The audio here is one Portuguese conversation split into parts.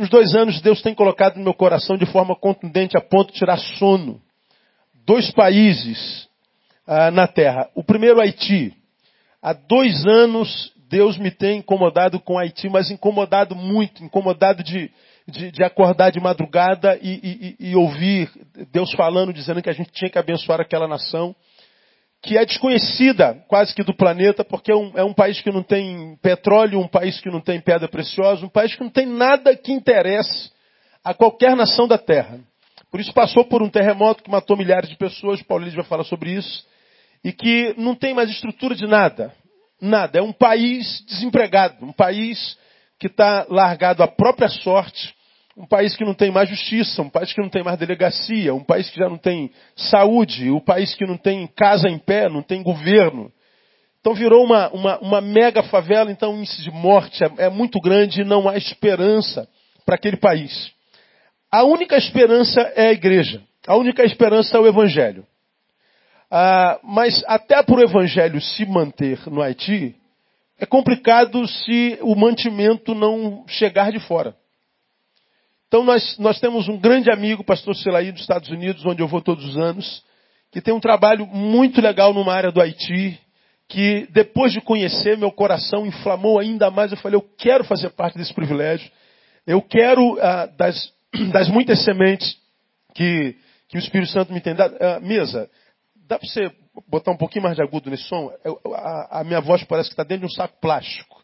últimos 2 anos, Deus tem colocado no meu coração de forma contundente a ponto de tirar sono. 2 países na terra. O primeiro, Haiti. Há 2 anos, Deus me tem incomodado com Haiti, mas incomodado muito, incomodado de acordar de madrugada e ouvir Deus falando, dizendo que a gente tinha que abençoar aquela nação, que é desconhecida quase que do planeta, porque é um país que não tem petróleo, um país que não tem pedra preciosa, um país que não tem nada que interesse a qualquer nação da terra. Por isso passou por um terremoto que matou milhares de pessoas, o Paulo Elias vai falar sobre isso, e que não tem mais estrutura de nada. Nada. É um país desempregado, um país que está largado à própria sorte, um país que não tem mais justiça, um país que não tem mais delegacia, um país que já não tem saúde, um país que não tem casa em pé, não tem governo. Então virou uma mega favela, então o índice de morte é muito grande e não há esperança para aquele país. A única esperança é a igreja, a única esperança é o evangelho. Mas até para o evangelho se manter no Haiti, é complicado se o mantimento não chegar de fora. Então nós temos um grande amigo, o pastor Selaí, dos Estados Unidos, onde eu vou todos os anos, que tem um trabalho muito legal numa área do Haiti, que depois de conhecer, meu coração inflamou ainda mais. Eu falei, eu quero fazer parte desse privilégio, eu quero das muitas sementes que o Espírito Santo me tem dado. Mesa, dá para você botar um pouquinho mais de agudo nesse som? A minha voz parece que está dentro de um saco plástico.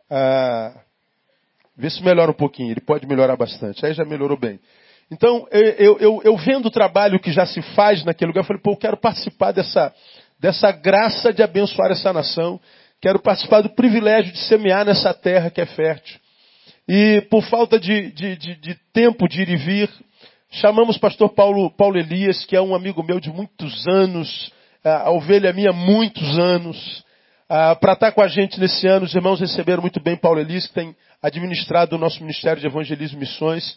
Vê se melhora um pouquinho, ele pode melhorar bastante. Aí já melhorou bem. Então, eu vendo o trabalho que já se faz naquele lugar, eu falei, eu quero participar dessa graça de abençoar essa nação, quero participar do privilégio de semear nessa terra que é fértil. E por falta de tempo de ir e vir, chamamos o pastor Paulo Elias, que é um amigo meu de muitos anos, a ovelha minha há muitos anos, para estar com a gente nesse ano. Os irmãos receberam muito bem Paulo Elias, que tem administrado o nosso Ministério de Evangelismo e Missões.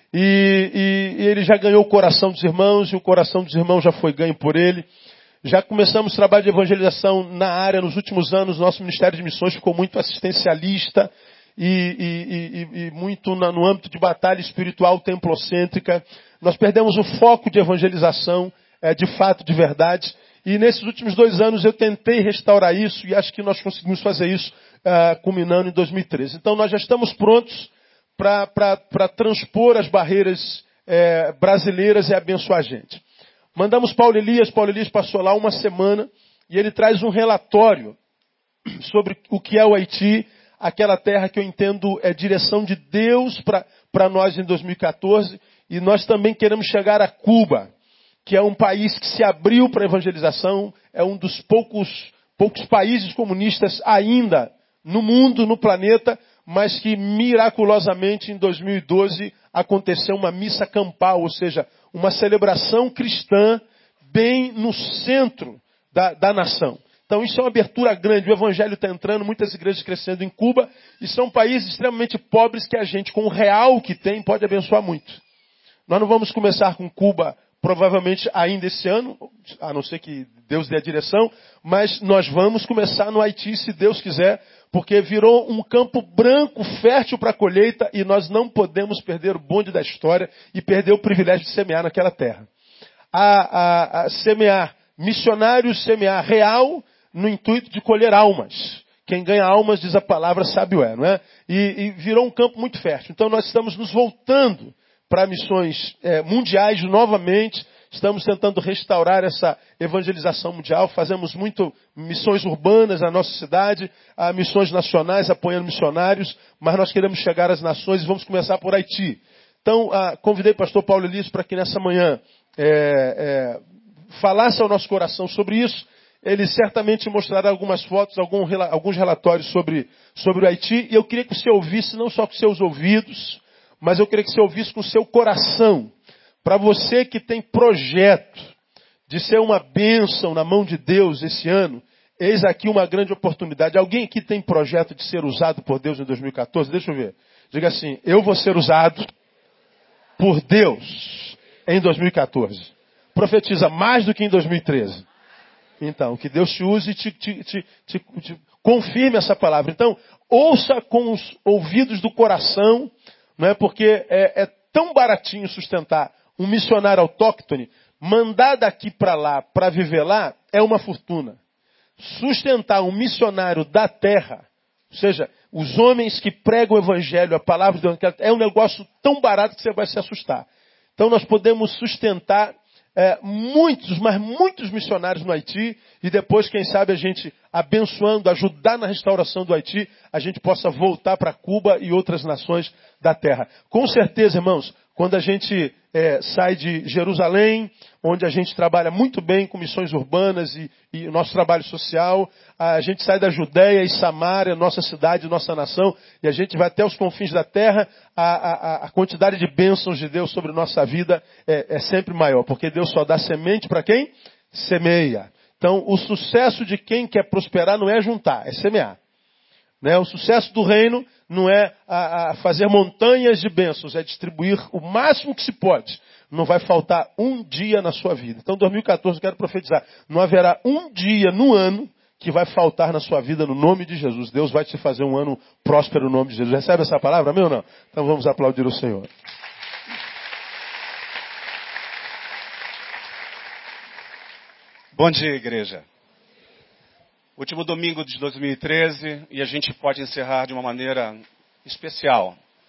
E ele já ganhou o coração dos irmãos, e o coração dos irmãos já foi ganho por ele. Já começamos trabalho de evangelização na área nos últimos anos. Nosso Ministério de Missões ficou muito assistencialista e muito no âmbito de batalha espiritual templocêntrica. Nós perdemos o foco de evangelização, de fato, de verdade. E nesses últimos 2 anos eu tentei restaurar isso e acho que nós conseguimos fazer isso culminando em 2013. Então nós já estamos prontos para transpor as barreiras brasileiras e abençoar a gente. Mandamos Paulo Elias passou lá uma semana e ele traz um relatório sobre o que é o Haiti, aquela terra que eu entendo é direção de Deus para nós em 2014, e nós também queremos chegar a Cuba, que é um país que se abriu para a evangelização, é um dos poucos países comunistas ainda no mundo, no planeta, mas que miraculosamente em 2012 aconteceu uma missa campal, ou seja, uma celebração cristã bem no centro da nação. Então isso é uma abertura grande, o evangelho está entrando, muitas igrejas crescendo em Cuba, e são países extremamente pobres que a gente, com o real que tem, pode abençoar muito. Nós não vamos começar com Cuba provavelmente ainda esse ano, a não ser que Deus dê a direção, mas nós vamos começar no Haiti, se Deus quiser, porque virou um campo branco, fértil para a colheita, e nós não podemos perder o bonde da história e perder o privilégio de semear naquela terra. A semear missionários, semear real, no intuito de colher almas. Quem ganha almas, diz a palavra, sábio é, não é? E virou um campo muito fértil. Então nós estamos nos voltando para missões mundiais novamente. Estamos tentando restaurar essa evangelização mundial. Fazemos muito missões urbanas na nossa cidade, missões nacionais, apoiando missionários, mas nós queremos chegar às nações e vamos começar por Haiti. Então, convidei o pastor Paulo Elias para que nessa manhã falasse ao nosso coração sobre isso. Ele certamente mostrará algumas fotos, alguns relatórios sobre o Haiti. E eu queria que você ouvisse, não só com seus ouvidos, mas eu queria que você ouvisse com o seu coração. Para você que tem projeto de ser uma bênção na mão de Deus esse ano, eis aqui uma grande oportunidade. Alguém aqui tem projeto de ser usado por Deus em 2014? Deixa eu ver. Diga assim, eu vou ser usado por Deus em 2014. Profetiza mais do que em 2013. Então, que Deus te use e te confirme essa palavra. Então, ouça com os ouvidos do coração, não é? Porque é tão baratinho sustentar um missionário autóctone, mandar daqui para lá, para viver lá, é uma fortuna. Sustentar um missionário da terra, ou seja, os homens que pregam o evangelho, a palavra de Deus, é um negócio tão barato que você vai se assustar. Então nós podemos sustentar muitos, mas muitos missionários no Haiti, e depois, quem sabe, a gente abençoando, ajudar na restauração do Haiti, a gente possa voltar para Cuba e outras nações da terra. Com certeza, irmãos, quando a gente sai de Jerusalém, onde a gente trabalha muito bem com missões urbanas e o nosso trabalho social, a gente sai da Judéia e Samaria, nossa cidade, nossa nação, e a gente vai até os confins da terra, a quantidade de bênçãos de Deus sobre nossa vida é sempre maior, porque Deus só dá semente para quem semeia. Então, o sucesso de quem quer prosperar não é juntar, é semear. Né? O sucesso do reino não é fazer montanhas de bênçãos, é distribuir o máximo que se pode. Não vai faltar um dia na sua vida. Então, 2014, eu quero profetizar. Não haverá um dia no ano que vai faltar na sua vida no nome de Jesus. Deus vai te fazer um ano próspero no nome de Jesus. Recebe essa palavra, amém ou não? Então vamos aplaudir o Senhor. Bom dia, igreja. Último domingo de 2013 e a gente pode encerrar de uma maneira especial.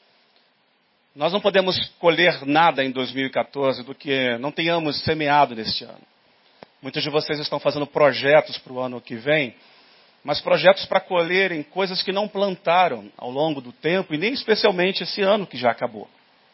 Nós não podemos colher nada em 2014 do que não tenhamos semeado neste ano. Muitos de vocês estão fazendo projetos para o ano que vem, mas projetos para colherem coisas que não plantaram ao longo do tempo e nem especialmente esse ano que já acabou.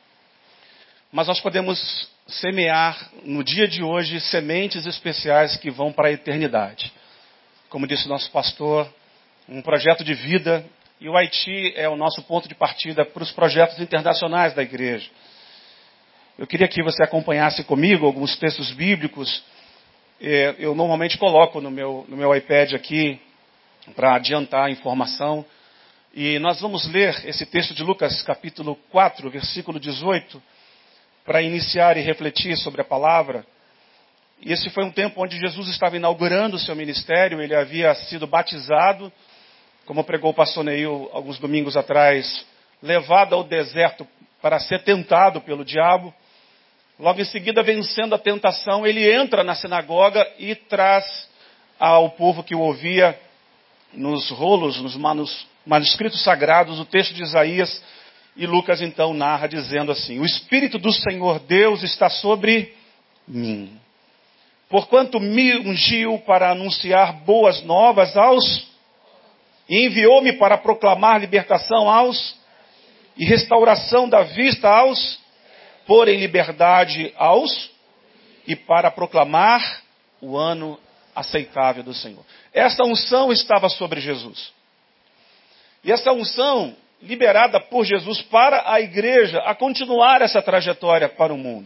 Mas nós podemos semear no dia de hoje sementes especiais que vão para a eternidade. Como disse o nosso pastor, um projeto de vida, e o Haiti é o nosso ponto de partida para os projetos internacionais da igreja. Eu queria que você acompanhasse comigo alguns textos bíblicos. Eu normalmente coloco no meu iPad aqui para adiantar a informação. E nós vamos ler esse texto de Lucas, capítulo 4, versículo 18, para iniciar e refletir sobre a palavra. E esse foi um tempo onde Jesus estava inaugurando o seu ministério, ele havia sido batizado, como pregou o pastor Neil alguns domingos atrás, levado ao deserto para ser tentado pelo diabo. Logo em seguida, vencendo a tentação, ele entra na sinagoga e traz ao povo que o ouvia nos rolos, nos manuscritos sagrados, o texto de Isaías, e Lucas então narra dizendo assim: o Espírito do Senhor Deus está sobre mim, porquanto me ungiu para anunciar boas novas e enviou-me para proclamar libertação e restauração da vista pôr em liberdade e para proclamar o ano aceitável do Senhor. Essa unção estava sobre Jesus. E essa unção liberada por Jesus para a igreja a continuar essa trajetória para o mundo.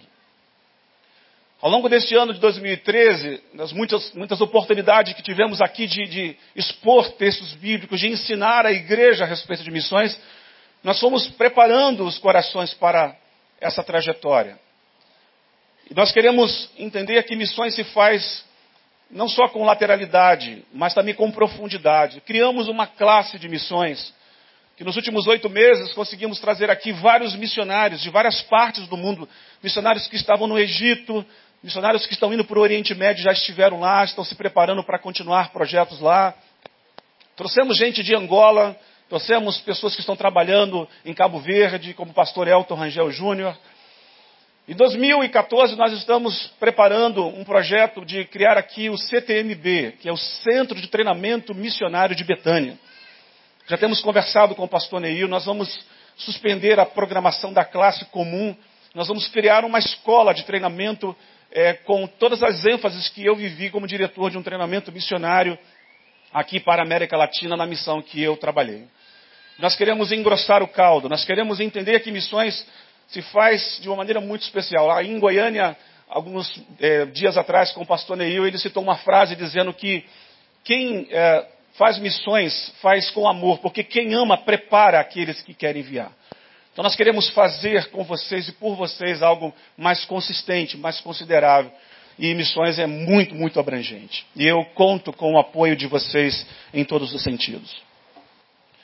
Ao longo deste ano de 2013, nas muitas oportunidades que tivemos aqui de expor textos bíblicos, de ensinar a igreja a respeito de missões, nós fomos preparando os corações para essa trajetória. E nós queremos entender que missões se faz não só com lateralidade, mas também com profundidade. Criamos uma classe de missões, que nos últimos 8 meses conseguimos trazer aqui vários missionários de várias partes do mundo, missionários que estavam no Egito, missionários que estão indo para o Oriente Médio, já estiveram lá, estão se preparando para continuar projetos lá. Trouxemos gente de Angola, trouxemos pessoas que estão trabalhando em Cabo Verde, como o pastor Elton Rangel Júnior. Em 2014, nós estamos preparando um projeto de criar aqui o CTMB, que é o Centro de Treinamento Missionário de Betânia. Já temos conversado com o pastor Neil, nós vamos suspender a programação da classe comum, nós vamos criar uma escola de treinamento com todas as ênfases que eu vivi como diretor de um treinamento missionário aqui para a América Latina na missão que eu trabalhei. Nós queremos engrossar o caldo, nós queremos entender que missões se faz de uma maneira muito especial. Aí em Goiânia, alguns dias atrás, com o pastor Neil, ele citou uma frase dizendo que quem faz missões faz com amor, porque quem ama prepara aqueles que querem enviar. Então nós queremos fazer com vocês e por vocês algo mais consistente, mais considerável. E missões é muito, muito abrangente. E eu conto com o apoio de vocês em todos os sentidos.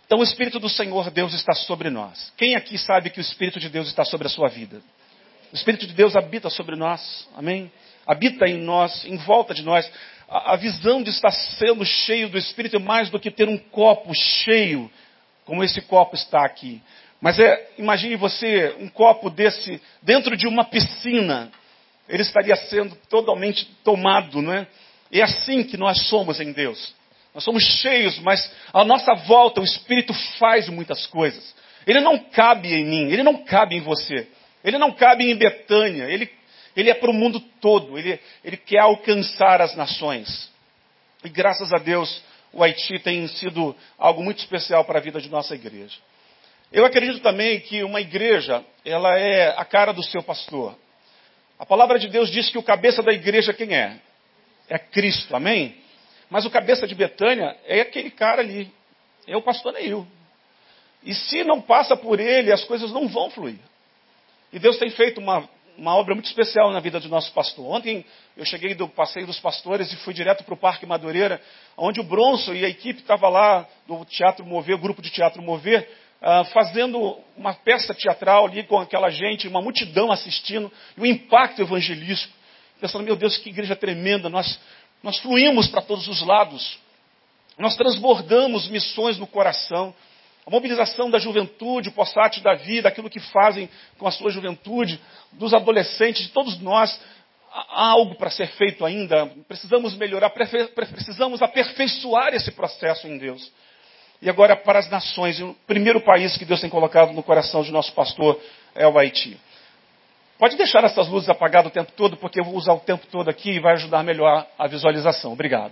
Então o Espírito do Senhor Deus está sobre nós. Quem aqui sabe que o Espírito de Deus está sobre a sua vida? O Espírito de Deus habita sobre nós, amém? Habita em nós, em volta de nós. A visão de estar sendo cheio do Espírito é mais do que ter um copo cheio, como esse copo está aqui. Mas imagine você, um copo desse, dentro de uma piscina, ele estaria sendo totalmente tomado, não é? É assim que nós somos em Deus. Nós somos cheios, mas à nossa volta o Espírito faz muitas coisas. Ele não cabe em mim, ele não cabe em você. Ele não cabe em Betânia, ele é para o mundo todo, ele quer alcançar as nações. E graças a Deus, o Haiti tem sido algo muito especial para a vida de nossa igreja. Eu acredito também que uma igreja, ela é a cara do seu pastor. A palavra de Deus diz que o cabeça da igreja quem é? É Cristo, amém? Mas o cabeça de Betânia é aquele cara ali, é o pastor Neil. E se não passa por ele, as coisas não vão fluir. E Deus tem feito uma obra muito especial na vida do nosso pastor. Ontem eu cheguei do passeio dos pastores e fui direto para o Parque Madureira, onde o Bronson e a equipe estava lá do Teatro Mover, o grupo de Teatro Mover, fazendo uma peça teatral ali com aquela gente, uma multidão assistindo, e o impacto evangelístico. Pensando, meu Deus, que igreja tremenda, nós fluímos para todos os lados. Nós transbordamos missões no coração. A mobilização da juventude, o Possate da vida, aquilo que fazem com a sua juventude, dos adolescentes, de todos nós, há algo para ser feito ainda. Precisamos melhorar, precisamos aperfeiçoar esse processo em Deus. E agora para as nações, o primeiro país que Deus tem colocado no coração de nosso pastor é o Haiti. Pode deixar essas luzes apagadas o tempo todo, porque eu vou usar o tempo todo aqui e vai ajudar melhor a visualização. Obrigado.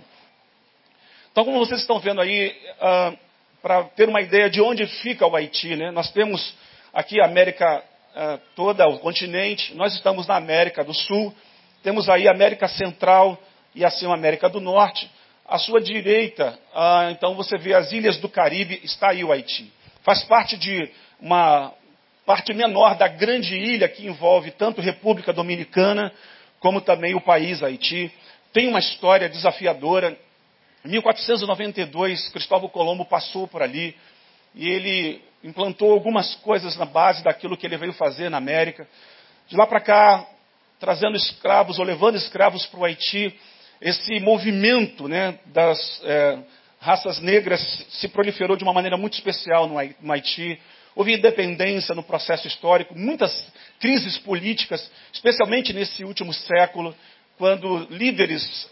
Então, como vocês estão vendo aí, para ter uma ideia de onde fica o Haiti, né? Nós temos aqui a América toda, o continente, nós estamos na América do Sul, temos aí a América Central e assim a América do Norte. À sua direita, então você vê as ilhas do Caribe, está aí o Haiti. Faz parte de uma parte menor da grande ilha que envolve tanto República Dominicana como também o país Haiti. Tem uma história desafiadora. Em 1492, Cristóvão Colombo passou por ali e ele implantou algumas coisas na base daquilo que ele veio fazer na América. De lá para cá, trazendo escravos ou levando escravos para o Haiti, esse movimento, né, das raças negras se proliferou de uma maneira muito especial no Haiti. Houve independência no processo histórico, muitas crises políticas, especialmente nesse último século, quando líderes,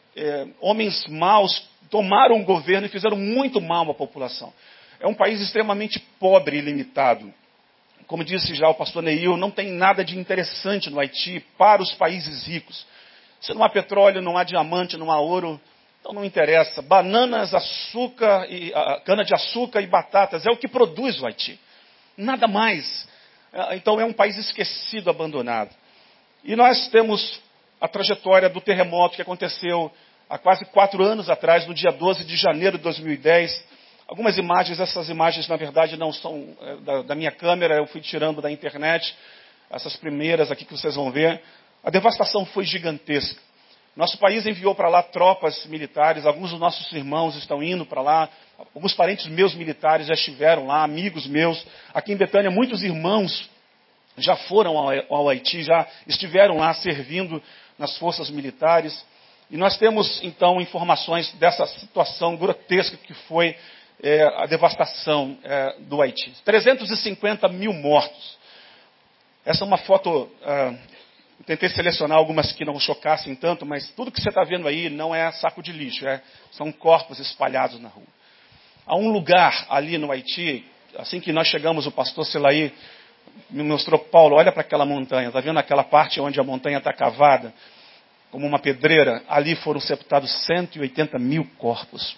homens maus, tomaram o governo e fizeram muito mal à população. É um país extremamente pobre e limitado. Como disse já o pastor Neil, não tem nada de interessante no Haiti para os países ricos. Se não há petróleo, não há diamante, não há ouro, então não interessa. Bananas, açúcar, cana-de-açúcar e batatas é o que produz o Haiti. Nada mais. Então é um país esquecido, abandonado. E nós temos a trajetória do terremoto que aconteceu há quase 4 anos atrás, no dia 12 de janeiro de 2010. Algumas imagens, essas imagens na verdade não são da minha câmera, eu fui tirando da internet. Essas primeiras aqui que vocês vão ver. A devastação foi gigantesca. Nosso país enviou para lá tropas militares, alguns dos nossos irmãos estão indo para lá, alguns parentes meus militares já estiveram lá, amigos meus. Aqui em Betânia, muitos irmãos já foram ao Haiti, já estiveram lá servindo nas forças militares. E nós temos, então, informações dessa situação grotesca que foi a devastação do Haiti. 350 mil mortos. Essa é uma foto... Tentei selecionar algumas que não chocassem tanto, mas tudo que você está vendo aí não é saco de lixo, são corpos espalhados na rua. Há um lugar ali no Haiti, assim que nós chegamos, o pastor Silaí me mostrou, Paulo, olha para aquela montanha, está vendo aquela parte onde a montanha está cavada, como uma pedreira? Ali foram sepultados 180 mil corpos.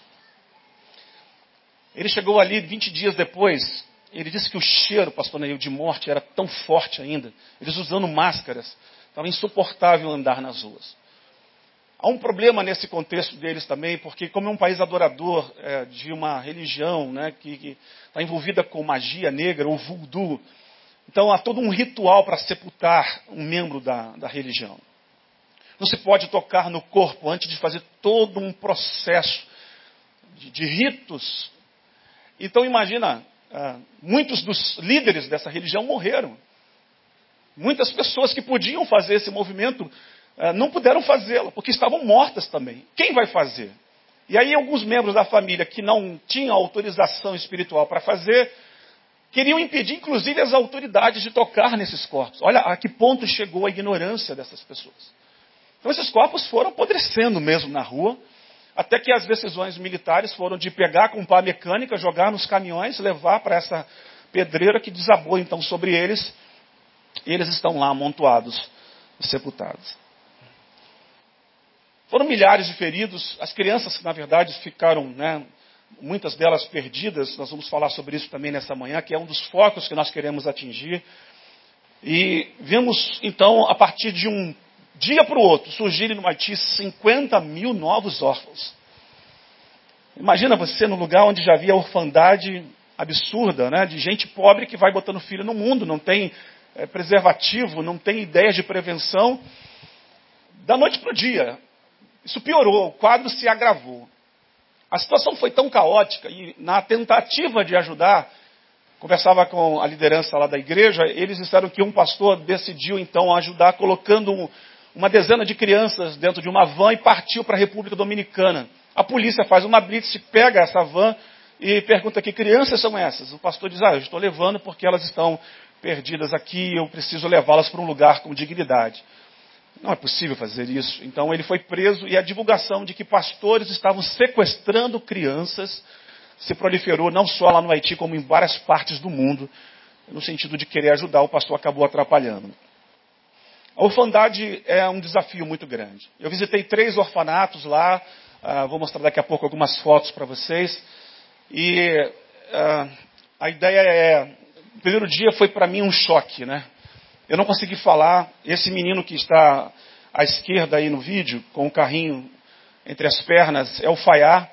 Ele chegou ali 20 dias depois, ele disse que o cheiro, pastor Neil, de morte era tão forte ainda, eles usando máscaras, estava insuportável andar nas ruas. Há um problema nesse contexto deles também, porque como é um país adorador de uma religião, né, que está envolvida com magia negra ou voodoo, então há todo um ritual para sepultar um membro da religião. Não se pode tocar no corpo antes de fazer todo um processo de ritos. Então imagina, muitos dos líderes dessa religião morreram. Muitas pessoas que podiam fazer esse movimento não puderam fazê-lo, porque estavam mortas também. Quem vai fazer? E aí alguns membros da família que não tinham autorização espiritual para fazer, queriam impedir inclusive as autoridades de tocar nesses corpos. Olha a que ponto chegou a ignorância dessas pessoas. Então esses corpos foram apodrecendo mesmo na rua, até que as decisões militares foram de pegar com pá mecânica, jogar nos caminhões, levar para essa pedreira que desabou então sobre eles, e eles estão lá amontoados, sepultados. Foram milhares de feridos, as crianças que na verdade ficaram, muitas delas perdidas, nós vamos falar sobre isso também nessa manhã, que é um dos focos que nós queremos atingir. E vimos então, a partir de um dia para o outro, surgirem no Haiti 50 mil novos órfãos. Imagina você no lugar onde já havia orfandade absurda, de gente pobre que vai botando filho no mundo, não tem preservativo, não tem ideias de prevenção. Da noite para o dia, isso piorou, o quadro se agravou. A situação foi tão caótica e na tentativa de ajudar, conversava com a liderança lá da igreja, eles disseram que um pastor decidiu então ajudar colocando uma dezena de crianças dentro de uma van e partiu para a República Dominicana. A polícia faz uma blitz, pega essa van e pergunta: que crianças são essas? O pastor diz: eu estou levando porque elas estão perdidas aqui, eu preciso levá-las para um lugar com dignidade. Não é possível fazer isso. Então ele foi preso e a divulgação de que pastores estavam sequestrando crianças se proliferou não só lá no Haiti, como em várias partes do mundo, no sentido de querer ajudar. O pastor acabou atrapalhando. A orfandade é um desafio muito grande. Eu visitei 3 orfanatos lá, vou mostrar daqui a pouco algumas fotos para vocês. E a ideia o primeiro dia foi para mim um choque, Eu não consegui falar. Esse menino que está à esquerda aí no vídeo, com o carrinho entre as pernas, é o Fayá.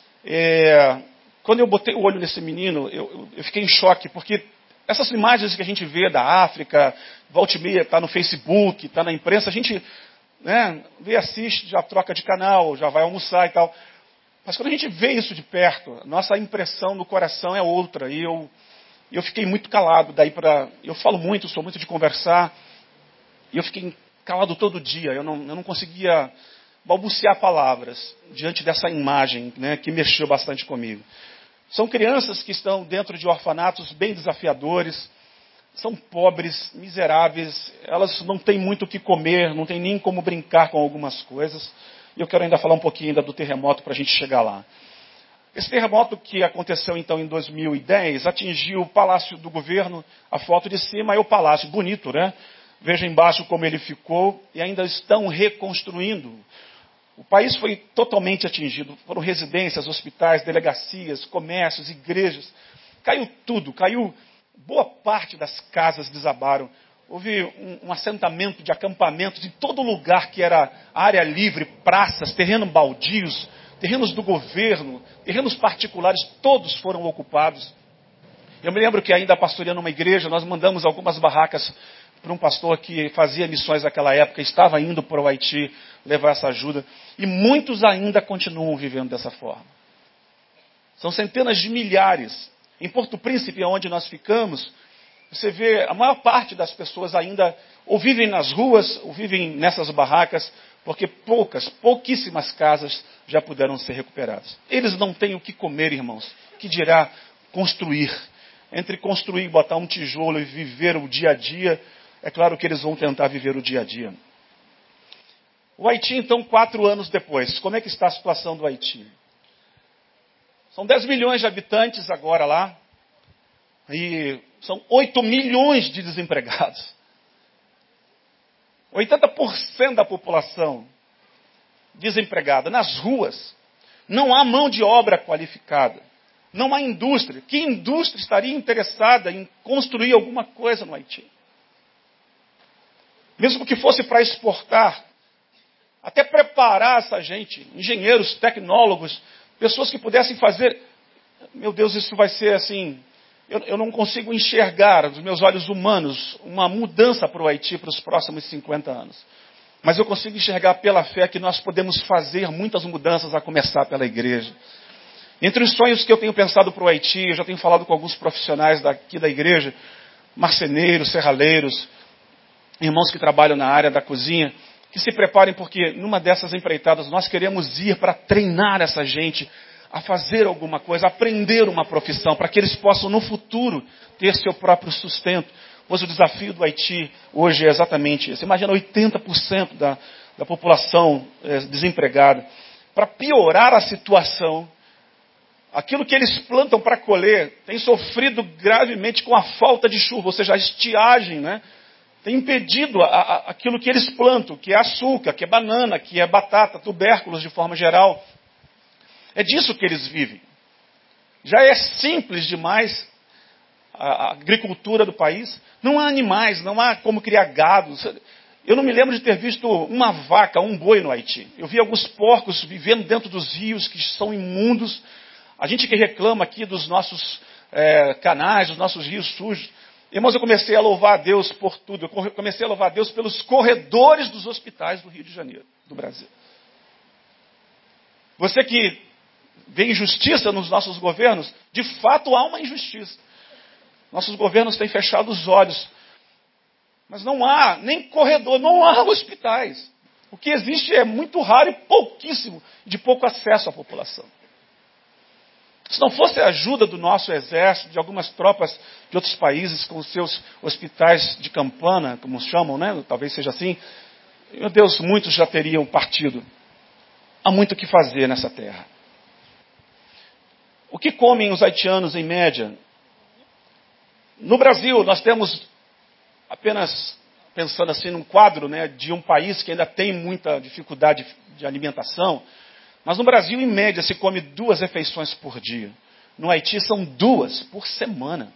Quando eu botei o olho nesse menino, eu fiquei em choque, porque essas imagens que a gente vê da África, volta e meia, está no Facebook, está na imprensa, a gente vê, assiste, já troca de canal, já vai almoçar e tal. Mas quando a gente vê isso de perto, nossa impressão no coração é outra. E eu fiquei muito calado. Eu falo muito, sou muito de conversar. E eu fiquei calado todo dia. Eu não conseguia balbuciar palavras diante dessa imagem, que mexeu bastante comigo. São crianças que estão dentro de orfanatos bem desafiadores. São pobres, miseráveis. Elas não têm muito o que comer, não têm nem como brincar com algumas coisas. E eu quero ainda falar um pouquinho ainda do terremoto para a gente chegar lá. Esse terremoto que aconteceu então em 2010 atingiu o Palácio do Governo. A foto de cima é o palácio, bonito, Veja embaixo como ele ficou e ainda estão reconstruindo. O país foi totalmente atingido. Foram residências, hospitais, delegacias, comércios, igrejas. Caiu tudo, boa parte das casas desabaram. Houve um assentamento de acampamento de todo lugar que era área livre, praças, terrenos baldios, terrenos do governo, terrenos particulares, todos foram ocupados. Eu me lembro que ainda pastoreando uma igreja, nós mandamos algumas barracas para um pastor que fazia missões naquela época, estava indo para o Haiti levar essa ajuda. E muitos ainda continuam vivendo dessa forma. São centenas de milhares. Em Porto Príncipe, onde nós ficamos, você vê a maior parte das pessoas ainda ou vivem nas ruas, ou vivem nessas barracas, porque pouquíssimas casas já puderam ser recuperadas. Eles não têm o que comer, irmãos. Que dirá construir? Entre construir e botar um tijolo e viver o dia a dia, é claro que eles vão tentar viver o dia a dia. O Haiti, então, 4 anos depois, como é que está a situação do Haiti? São 10 milhões de habitantes agora lá, e são 8 milhões de desempregados. 80% da população desempregada nas ruas. Não há mão de obra qualificada. Não há indústria. Que indústria estaria interessada em construir alguma coisa no Haiti? Mesmo que fosse para exportar, até preparar essa gente, engenheiros, tecnólogos, pessoas que pudessem fazer. Meu Deus, isso vai ser assim. Eu não consigo enxergar, dos meus olhos humanos, uma mudança para o Haiti para os próximos 50 anos. Mas eu consigo enxergar pela fé que nós podemos fazer muitas mudanças, a começar pela igreja. Entre os sonhos que eu tenho pensado para o Haiti, eu já tenho falado com alguns profissionais daqui da igreja, marceneiros, serraleiros, irmãos que trabalham na área da cozinha, que se preparem porque numa dessas empreitadas nós queremos ir para treinar essa gente a fazer alguma coisa, a aprender uma profissão, para que eles possam no futuro ter seu próprio sustento. Pois o desafio do Haiti hoje é exatamente esse. Imagina 80% da população desempregada. Para piorar a situação, aquilo que eles plantam para colher tem sofrido gravemente com a falta de chuva, ou seja, a estiagem, né? Tem impedido aquilo que eles plantam, que é açúcar, que é banana, que é batata, tubérculos de forma geral. É disso que eles vivem. Já é simples demais a agricultura do país. Não há animais, não há como criar gado. Eu não me lembro de ter visto uma vaca, um boi no Haiti. Eu vi alguns porcos vivendo dentro dos rios que são imundos. A gente que reclama aqui dos nossos canais, dos nossos rios sujos. Irmãos, eu comecei a louvar a Deus por tudo. Eu comecei a louvar a Deus pelos corredores dos hospitais do Rio de Janeiro, do Brasil. Você que vê injustiça nos nossos governos, de fato há uma injustiça. Nossos governos têm fechado os olhos. Mas não há nem corredor, não há hospitais. O que existe é muito raro e pouquíssimo, de pouco acesso à população. Se não fosse a ajuda do nosso exército, de algumas tropas de outros países com seus hospitais de campana, como chamam, né? Talvez seja assim. Meu Deus, muitos já teriam partido. Há muito o que fazer nessa terra. O que comem os haitianos em média? No Brasil, nós temos, apenas pensando assim num quadro, né, de um país que ainda tem muita dificuldade de alimentação, mas no Brasil, em média, se come 2 refeições por dia. No Haiti, são 2 por semana.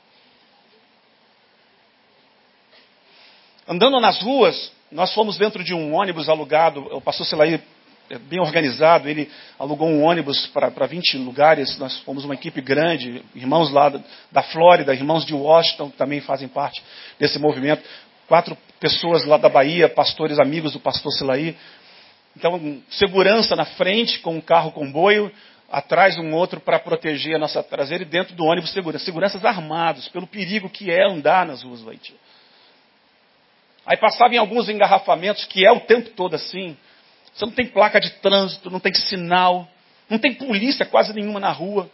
Andando nas ruas, nós fomos dentro de um ônibus alugado. O pastor Silaí é bem organizado. Ele alugou um ônibus para 20 lugares. Nós fomos uma equipe grande. Irmãos lá da Flórida, irmãos de Washington, que também fazem parte desse movimento. 4 pessoas lá da Bahia, pastores amigos do pastor Silaí. Então, segurança na frente, com um carro comboio, atrás um outro para proteger a nossa traseira e dentro do ônibus segurança. Seguranças armados, pelo perigo que é andar nas ruas do Haiti. Aí passava em alguns engarrafamentos, que é o tempo todo assim. Você não tem placa de trânsito, não tem sinal, não tem polícia quase nenhuma na rua.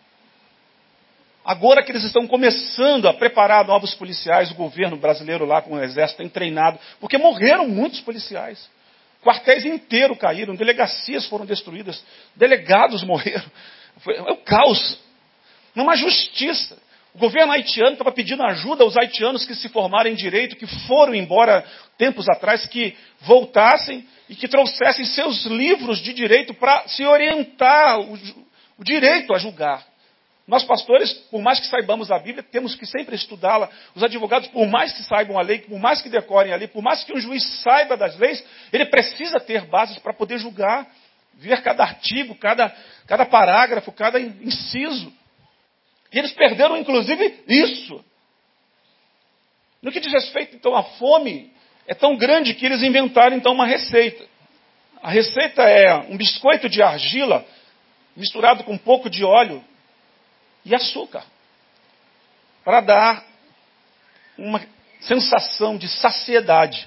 Agora que eles estão começando a preparar novos policiais, o governo brasileiro lá com o exército tem treinado, porque morreram muitos policiais. Quartéis inteiros caíram, delegacias foram destruídas, delegados morreram. É o caos. Não há justiça. O governo haitiano estava pedindo ajuda aos haitianos que se formaram em direito, que foram embora tempos atrás, que voltassem e que trouxessem seus livros de direito para se orientar o direito a julgar. Nós pastores, por mais que saibamos a Bíblia, temos que sempre estudá-la. Os advogados, por mais que saibam a lei, por mais que decorem a lei, por mais que um juiz saiba das leis, ele precisa ter bases para poder julgar, ver cada artigo, cada parágrafo, cada inciso. E eles perderam, inclusive, isso. No que diz respeito, então, à fome, é tão grande que eles inventaram, então, uma receita. A receita é um biscoito de argila misturado com um pouco de óleo e açúcar, para dar uma sensação de saciedade.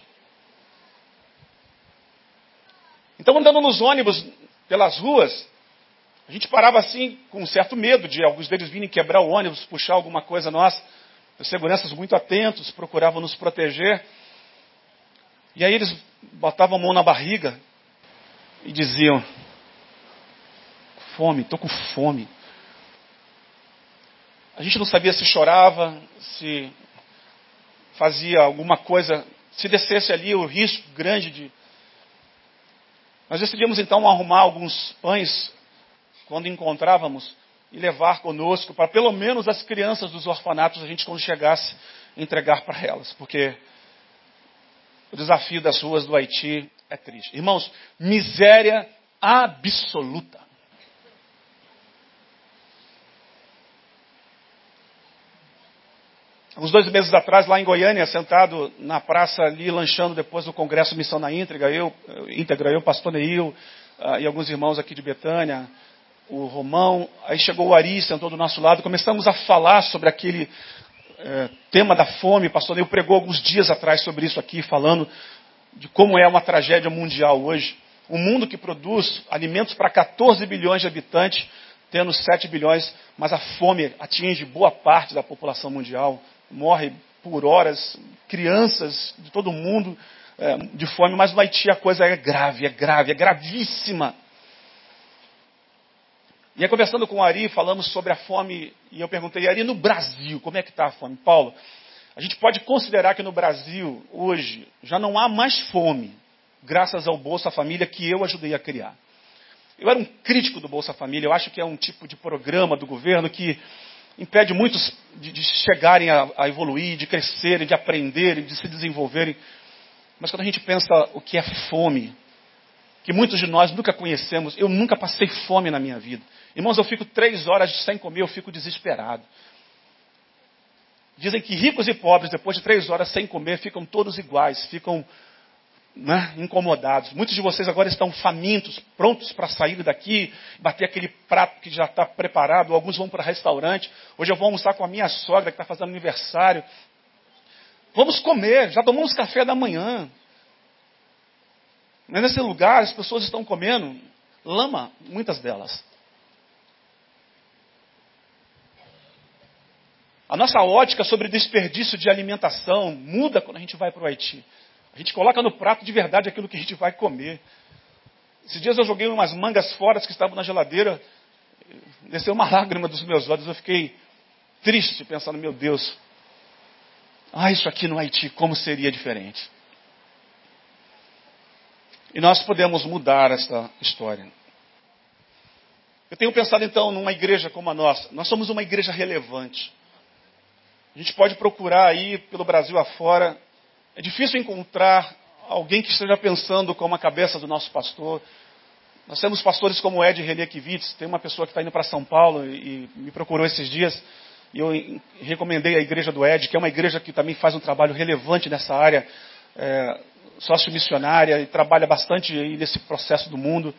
Então, andando nos ônibus pelas ruas, a gente parava assim com um certo medo de alguns deles virem quebrar o ônibus, puxar alguma coisa nossa. Os seguranças muito atentos, procuravam nos proteger. E aí eles botavam a mão na barriga e diziam: fome, estou com fome. A gente não sabia se chorava, se fazia alguma coisa, se descesse ali o risco grande de... Nós decidimos então arrumar alguns pães quando encontrávamos e levar conosco para pelo menos as crianças dos orfanatos, a gente quando chegasse entregar para elas, porque o desafio das ruas do Haiti é triste. Irmãos, miséria absoluta. Uns 2 meses atrás, lá em Goiânia, sentado na praça ali, lanchando depois do Congresso Missão na Íntegra, eu pastor Neil, e alguns irmãos aqui de Betânia, o Romão, aí chegou o Ari, sentou do nosso lado, começamos a falar sobre aquele tema da fome. Pastor Neil pregou alguns dias atrás sobre isso aqui, falando de como é uma tragédia mundial hoje. Um mundo que produz alimentos para 14 bilhões de habitantes, tendo 7 bilhões, mas a fome atinge boa parte da população mundial. Morre por horas crianças de todo mundo de fome, mas no Haiti a coisa é grave, é gravíssima. E aí, conversando com o Ari, falamos sobre a fome, e eu perguntei, Ari, no Brasil, como é que está a fome? Paulo, a gente pode considerar que no Brasil, hoje, já não há mais fome, graças ao Bolsa Família que eu ajudei a criar. Eu era um crítico do Bolsa Família, eu acho que é um tipo de programa do governo que impede muitos de chegarem a evoluir, de crescerem, de aprenderem, de se desenvolverem. Mas quando a gente pensa o que é fome, que muitos de nós nunca conhecemos, eu nunca passei fome na minha vida. Irmãos, eu fico 3 horas sem comer, eu fico desesperado. Dizem que ricos e pobres, depois de 3 horas sem comer, ficam todos iguais, ficam incomodados. Muitos de vocês agora estão famintos, prontos para sair daqui, bater aquele prato que já está preparado. Alguns vão para restaurante. Hoje eu vou almoçar com a minha sogra, que está fazendo aniversário. Vamos comer, já tomamos café da manhã. Mas nesse lugar as pessoas estão comendo lama, muitas delas. A nossa ótica sobre desperdício de alimentação muda quando a gente vai para o Haiti. A gente coloca no prato de verdade aquilo que a gente vai comer. Esses dias eu joguei umas mangas fora que estavam na geladeira. Desceu uma lágrima dos meus olhos. Eu fiquei triste, pensando, meu Deus. Isso aqui no Haiti, como seria diferente? E nós podemos mudar essa história. Eu tenho pensado então numa igreja como a nossa. Nós somos uma igreja relevante. A gente pode procurar aí pelo Brasil afora. É difícil encontrar alguém que esteja pensando como a cabeça do nosso pastor. Nós temos pastores como o Ed René Kivitz. Tem uma pessoa que está indo para São Paulo e me procurou esses dias. E eu recomendei a igreja do Ed, que é uma igreja que também faz um trabalho relevante nessa área sócio-missionária e trabalha bastante aí nesse processo do mundo.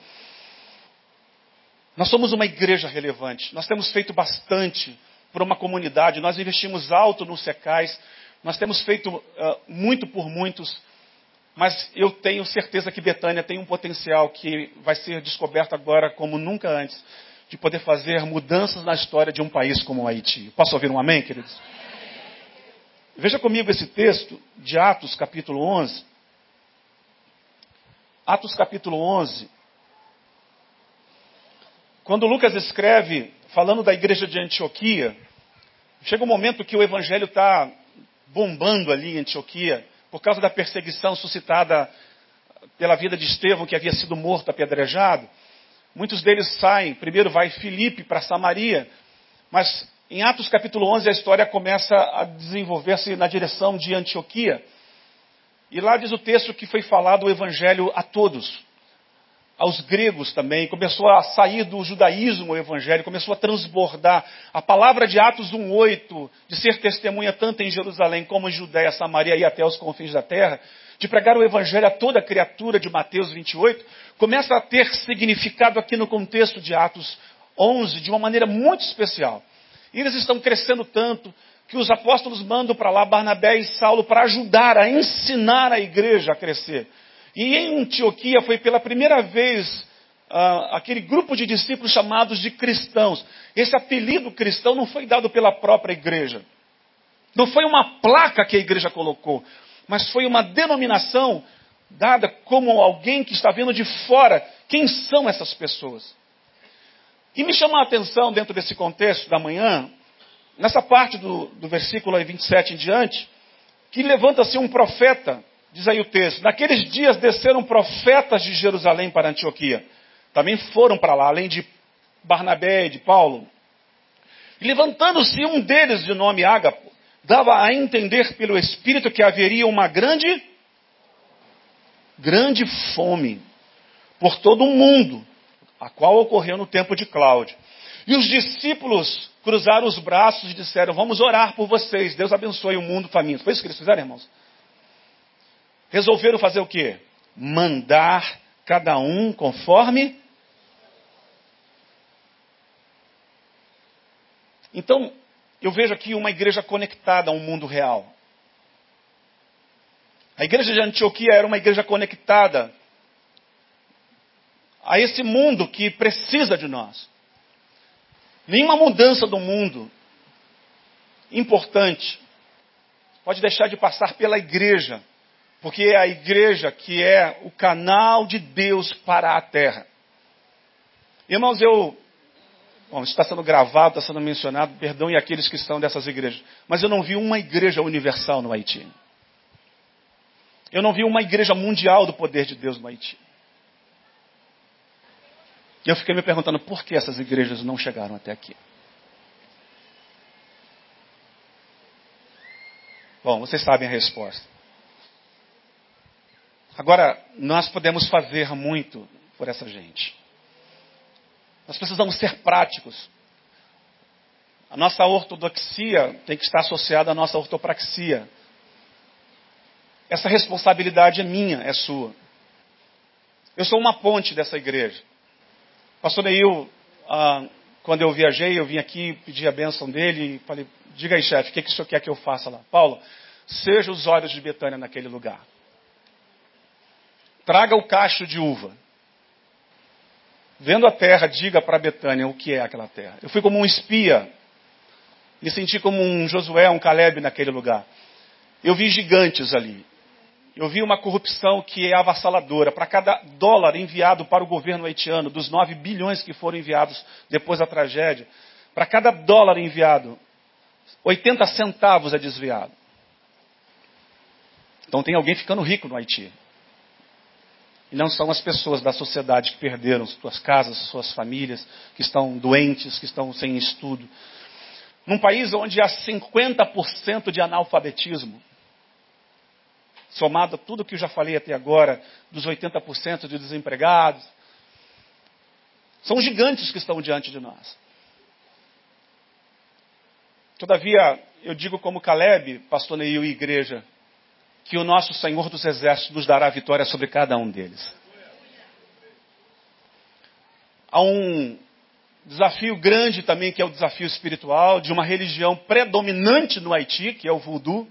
Nós somos uma igreja relevante. Nós temos feito bastante por uma comunidade. Nós investimos alto nos secais. Nós temos feito muito por muitos. Mas eu tenho certeza que Betânia tem um potencial que vai ser descoberto agora como nunca antes, de poder fazer mudanças na história de um país como o Haiti. Posso ouvir um amém, queridos? Veja comigo esse texto de Atos, capítulo 11. Atos, capítulo 11. Quando Lucas escreve, falando da igreja de Antioquia, chega um momento que o evangelho está bombando ali em Antioquia, por causa da perseguição suscitada pela vida de Estevão, que havia sido morto apedrejado. Muitos deles saem. Primeiro vai Filipe para Samaria. Mas em Atos capítulo 11 a história começa a desenvolver-se na direção de Antioquia. E lá diz o texto que foi falado o evangelho a todos. Aos gregos também. Começou a sair do judaísmo o evangelho. Começou a transbordar. A palavra de Atos 1:8, de ser testemunha tanto em Jerusalém como em Judéia, Samaria e até os confins da terra, de pregar o evangelho a toda criatura de Mateus 28, começa a ter significado aqui no contexto de Atos 11, de uma maneira muito especial. E eles estão crescendo tanto que os apóstolos mandam para lá Barnabé e Saulo para ajudar a ensinar a igreja a crescer. E em Antioquia foi pela primeira vez aquele grupo de discípulos chamados de cristãos. Esse apelido cristão não foi dado pela própria igreja. Não foi uma placa que a igreja colocou, mas foi uma denominação dada como alguém que está vendo de fora quem são essas pessoas. E me chama a atenção dentro desse contexto da manhã, nessa parte do versículo 27 em diante, que levanta-se um profeta, diz aí o texto, naqueles dias desceram profetas de Jerusalém para Antioquia. Também foram para lá, além de Barnabé e de Paulo. E levantando-se um deles de nome Ágapo, dava a entender pelo Espírito que haveria uma grande fome por todo o mundo, a qual ocorreu no tempo de Cláudio. E os discípulos cruzaram os braços e disseram, vamos orar por vocês, Deus abençoe o mundo faminto. Foi isso que eles fizeram, irmãos? Resolveram fazer o quê? Mandar cada um conforme Então, eu vejo aqui uma igreja conectada ao mundo real. A igreja de Antioquia era uma igreja conectada a esse mundo que precisa de nós. Nenhuma mudança do mundo importante pode deixar de passar pela igreja, porque é a igreja que é o canal de Deus para a terra. Irmãos, isso está sendo gravado, está sendo mencionado, perdoem aqueles que estão dessas igrejas, mas eu não vi uma igreja universal no Haiti. Eu não vi uma igreja mundial do poder de Deus no Haiti. E eu fiquei me perguntando por que essas igrejas não chegaram até aqui. Bom, vocês sabem a resposta. Agora, nós podemos fazer muito por essa gente. Nós precisamos ser práticos. A nossa ortodoxia tem que estar associada à nossa ortopraxia. Essa responsabilidade é minha, é sua. Eu sou uma ponte dessa igreja. Pastor Neil, quando eu viajei, eu vim aqui pedir a bênção dele e falei, diga aí, chefe, o que o senhor quer que eu faça lá? Paulo, seja os olhos de Betânia naquele lugar. Traga o cacho de uva. Vendo a terra, diga para Betânia o que é aquela terra. Eu fui como um espia, me senti como um Josué, um Caleb naquele lugar. Eu vi gigantes ali. Eu vi uma corrupção que é avassaladora. Para cada dólar enviado para o governo haitiano, dos 9 bilhões que foram enviados depois da tragédia, para cada dólar enviado, 80 centavos é desviado. Então tem alguém ficando rico no Haiti. E não são as pessoas da sociedade que perderam suas casas, suas famílias, que estão doentes, que estão sem estudo. Num país onde há 50% de analfabetismo, somado a tudo que eu já falei até agora, dos 80% de desempregados, são gigantes que estão diante de nós. Todavia, eu digo como Caleb, pastor Neil e igreja, que o nosso Senhor dos Exércitos nos dará vitória sobre cada um deles. Há um desafio grande também, que é o desafio espiritual, de uma religião predominante no Haiti, que é o voodoo.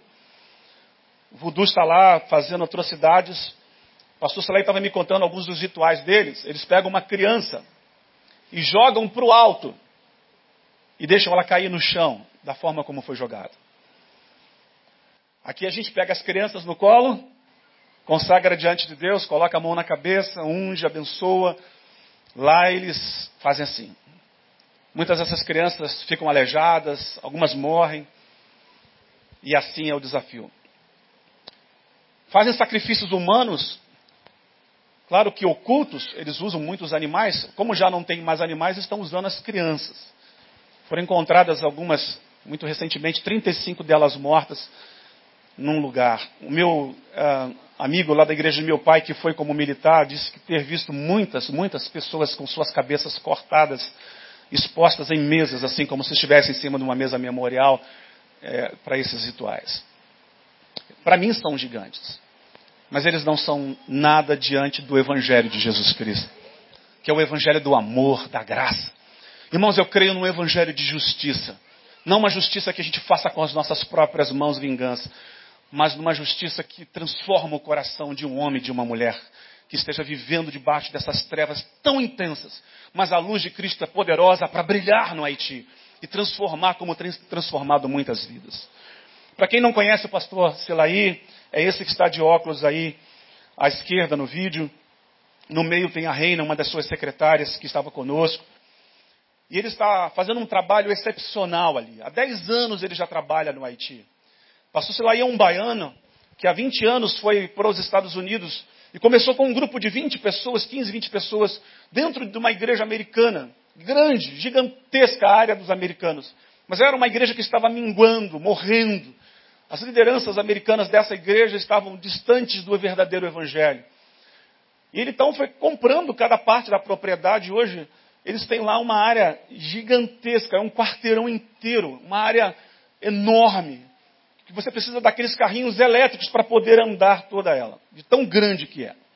O voodoo está lá fazendo atrocidades. O pastor Saleh estava me contando alguns dos rituais deles. Eles pegam uma criança e jogam para o alto e deixam ela cair no chão, da forma como foi jogada. Aqui a gente pega as crianças no colo, consagra diante de Deus, coloca a mão na cabeça, unge, abençoa. Lá eles fazem assim. Muitas dessas crianças ficam aleijadas, algumas morrem. E assim é o desafio. Fazem sacrifícios humanos, claro que ocultos, eles usam muitos animais. Como já não tem mais animais, estão usando as crianças. Foram encontradas algumas, muito recentemente, 35 delas mortas num lugar. O meu amigo lá da igreja de meu pai, que foi como militar, disse que ter visto muitas pessoas com suas cabeças cortadas, expostas em mesas, assim como se estivessem em cima de uma mesa memorial para esses rituais. Para mim são gigantes, mas eles não são nada diante do Evangelho de Jesus Cristo, que é o Evangelho do amor, da graça. Irmãos, eu creio num Evangelho de justiça, não uma justiça que a gente faça com as nossas próprias mãos vingança, mas numa justiça que transforma o coração de um homem e de uma mulher que esteja vivendo debaixo dessas trevas tão intensas, mas a luz de Cristo é poderosa para brilhar no Haiti e transformar como tem transformado muitas vidas. Para quem não conhece o pastor Selaí, é esse que está de óculos aí à esquerda no vídeo. No meio tem a Reina, uma das suas secretárias que estava conosco. E ele está fazendo um trabalho excepcional ali. Há 10 anos ele já trabalha no Haiti. O pastor Selaí é um baiano que há 20 anos foi para os Estados Unidos e começou com um grupo de 20 pessoas, 15, 20 pessoas, dentro de uma igreja americana, grande, gigantesca a área dos americanos. Mas era uma igreja que estava minguando, morrendo. As lideranças americanas dessa igreja estavam distantes do verdadeiro evangelho. E ele então foi comprando cada parte da propriedade. Hoje eles têm lá uma área gigantesca, é um quarteirão inteiro, uma área enorme, que você precisa daqueles carrinhos elétricos para poder andar toda ela, de tão grande que é.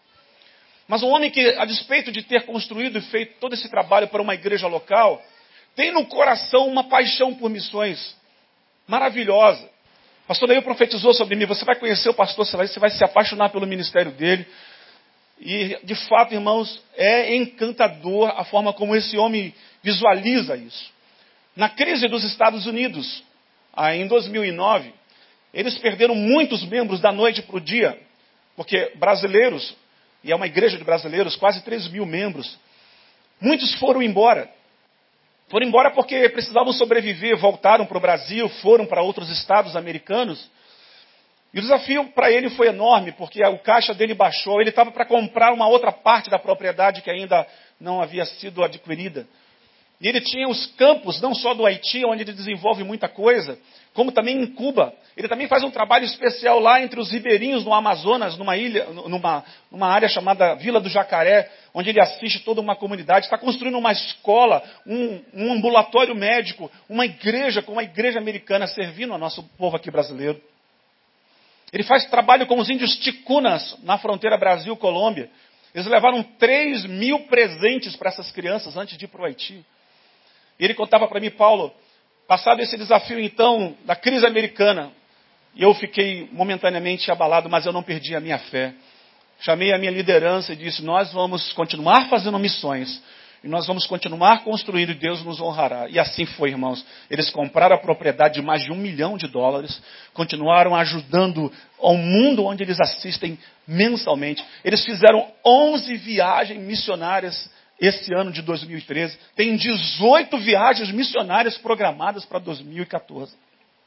Mas um homem que, a despeito de ter construído e feito todo esse trabalho para uma igreja local, tem no coração uma paixão por missões maravilhosa. O pastor Neil profetizou sobre mim, você vai conhecer o pastor, você vai se apaixonar pelo ministério dele. E, de fato, irmãos, é encantador a forma como esse homem visualiza isso. Na crise dos Estados Unidos, em 2009, eles perderam muitos membros da noite para o dia, porque brasileiros, e é uma igreja de brasileiros, quase 3 mil membros, muitos foram embora. Foram embora porque precisavam sobreviver, voltaram para o Brasil, foram para outros estados americanos. E o desafio para ele foi enorme, porque o caixa dele baixou, ele estava para comprar uma outra parte da propriedade que ainda não havia sido adquirida. E ele tinha os campos, não só do Haiti, onde ele desenvolve muita coisa, como também em Cuba. Ele também faz um trabalho especial lá entre os ribeirinhos no Amazonas, numa área chamada Vila do Jacaré, onde ele assiste toda uma comunidade. Está construindo uma escola, um ambulatório médico, uma igreja, como a igreja americana, servindo ao nosso povo aqui brasileiro. Ele faz trabalho com os índios ticunas na fronteira Brasil-Colômbia. Eles levaram 3 mil presentes para essas crianças antes de ir para o Haiti. E ele contava para mim, Paulo, passado esse desafio então da crise americana, eu fiquei momentaneamente abalado, mas eu não perdi a minha fé. Chamei a minha liderança e disse, nós vamos continuar fazendo missões, e nós vamos continuar construindo e Deus nos honrará. E assim foi, irmãos. Eles compraram a propriedade de mais de $1 milhão, continuaram ajudando ao mundo onde eles assistem mensalmente. Eles fizeram 11 viagens missionárias esse ano de 2013. Tem 18 viagens missionárias programadas para 2014.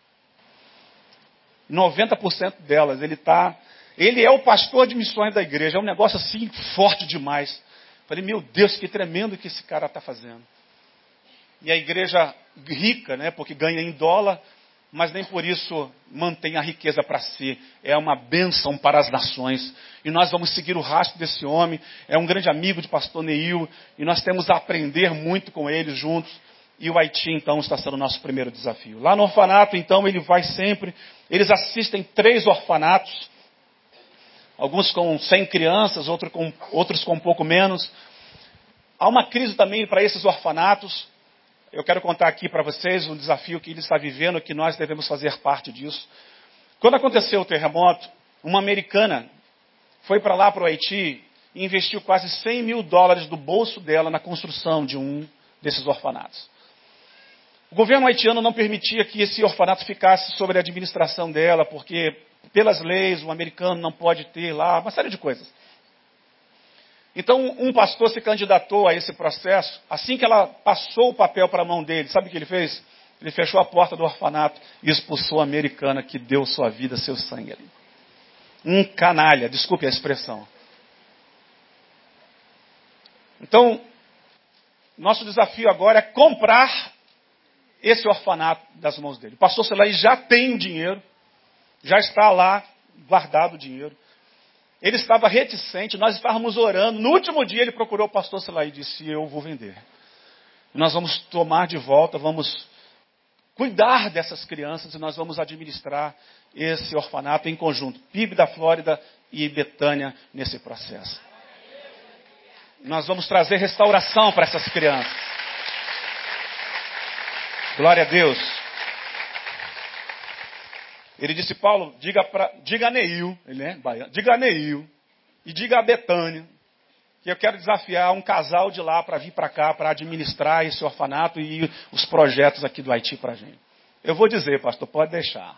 90% delas, ele é o pastor de missões da igreja. É um negócio assim forte demais. Falei, meu Deus, que tremendo que esse cara está fazendo. E a igreja rica, né, porque ganha em dólar, mas nem por isso mantém a riqueza para si. É uma bênção para as nações. E nós vamos seguir o rastro desse homem. É um grande amigo de pastor Neil. E nós temos a aprender muito com ele juntos. E o Haiti, então, está sendo o nosso primeiro desafio. Lá no orfanato, então, ele vai sempre. Eles assistem 3 orfanatos. Alguns com 100 crianças, outros com um pouco menos. Há uma crise também para esses orfanatos. Eu quero contar aqui para vocês um desafio que ele está vivendo, que nós devemos fazer parte disso. Quando aconteceu o terremoto, uma americana foi para lá, para o Haiti, e investiu quase $100 mil do bolso dela na construção de um desses orfanatos. O governo haitiano não permitia que esse orfanato ficasse sob a administração dela, porque, pelas leis, o americano não pode ter lá, uma série de coisas. Então, um pastor se candidatou a esse processo. Assim que ela passou o papel para a mão dele, sabe o que ele fez? Ele fechou a porta do orfanato e expulsou a americana que deu sua vida, seu sangue ali. Um canalha, desculpe a expressão. Então, nosso desafio agora é comprar esse orfanato das mãos dele. O pastor Selay já tem o dinheiro, já está lá guardado o dinheiro. Ele estava reticente, nós estávamos orando. No último dia ele procurou o pastor Selay e disse, eu vou vender. Nós vamos tomar de volta, vamos cuidar dessas crianças e nós vamos administrar esse orfanato em conjunto. PIB da Flórida e Betânia nesse processo. Nós vamos trazer restauração para essas crianças. Glória a Deus. Ele disse, Paulo, diga a Neil, ele é baiano, diga a Neil e diga a Betânia que eu quero desafiar um casal de lá para vir para cá, para administrar esse orfanato e os projetos aqui do Haiti para a gente. Eu vou dizer, pastor, pode deixar.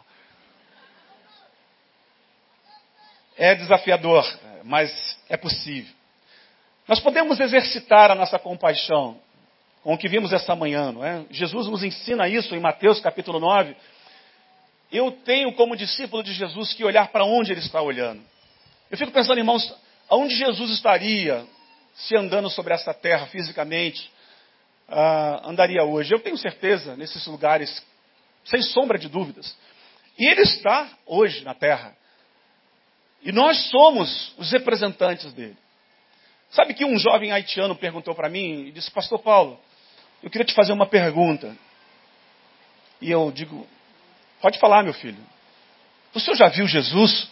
É desafiador, mas é possível. Nós podemos exercitar a nossa compaixão com o que vimos essa manhã, não é? Jesus nos ensina isso em Mateus capítulo 9. Eu tenho como discípulo de Jesus que olhar para onde ele está olhando. Eu fico pensando, irmãos, aonde Jesus estaria se andando sobre essa terra fisicamente, andaria hoje? Eu tenho certeza nesses lugares, sem sombra de dúvidas. E ele está hoje na terra. E nós somos os representantes dele. Sabe que um jovem haitiano perguntou para mim e disse, pastor Paulo, eu queria te fazer uma pergunta. E eu digo, pode falar, meu filho. O senhor já viu Jesus?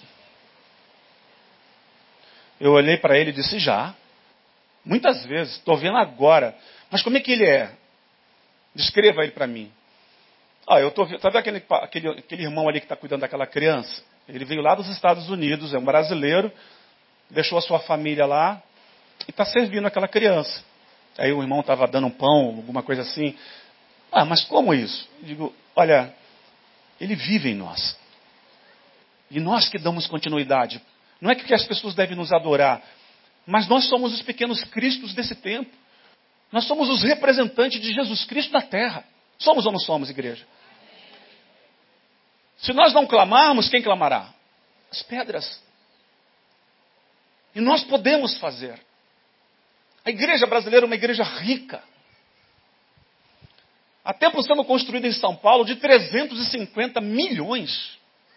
Eu olhei para ele e disse, já. Muitas vezes, estou vendo agora. Mas como é que ele é? Descreva ele para mim. Eu tô vendo, sabe aquele irmão ali que está cuidando daquela criança? Ele veio lá dos Estados Unidos, é um brasileiro, deixou a sua família lá e está servindo aquela criança. Aí o irmão estava dando um pão, alguma coisa assim. Mas como isso? Eu digo, olha, ele vive em nós. E nós que damos continuidade. Não é que as pessoas devem nos adorar, mas nós somos os pequenos cristos desse tempo. Nós somos os representantes de Jesus Cristo na terra. Somos ou não somos, igreja? Se nós não clamarmos, quem clamará? As pedras. E nós podemos fazer. A igreja brasileira é uma igreja rica. Há templos sendo construída em São Paulo de 350 milhões.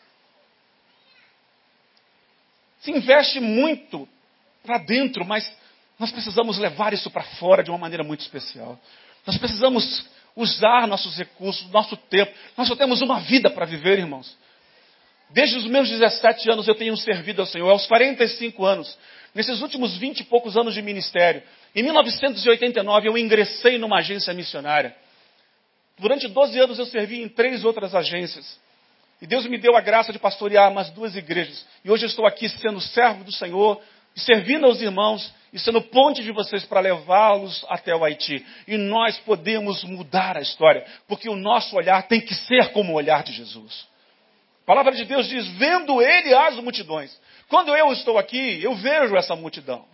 Se investe muito para dentro, mas nós precisamos levar isso para fora de uma maneira muito especial. Nós precisamos usar nossos recursos, nosso tempo. Nós só temos uma vida para viver, irmãos. Desde os meus 17 anos eu tenho servido ao Senhor. Aos 45 anos, nesses últimos 20 e poucos anos de ministério, em 1989 eu ingressei numa agência missionária. Durante 12 anos eu servi em 3 outras agências. E Deus me deu a graça de pastorear mais 2 igrejas. E hoje eu estou aqui sendo servo do Senhor, e servindo aos irmãos, e sendo ponte de vocês para levá-los até o Haiti. E nós podemos mudar a história, porque o nosso olhar tem que ser como o olhar de Jesus. A palavra de Deus diz, vendo ele as multidões. Quando eu estou aqui, eu vejo essa multidão.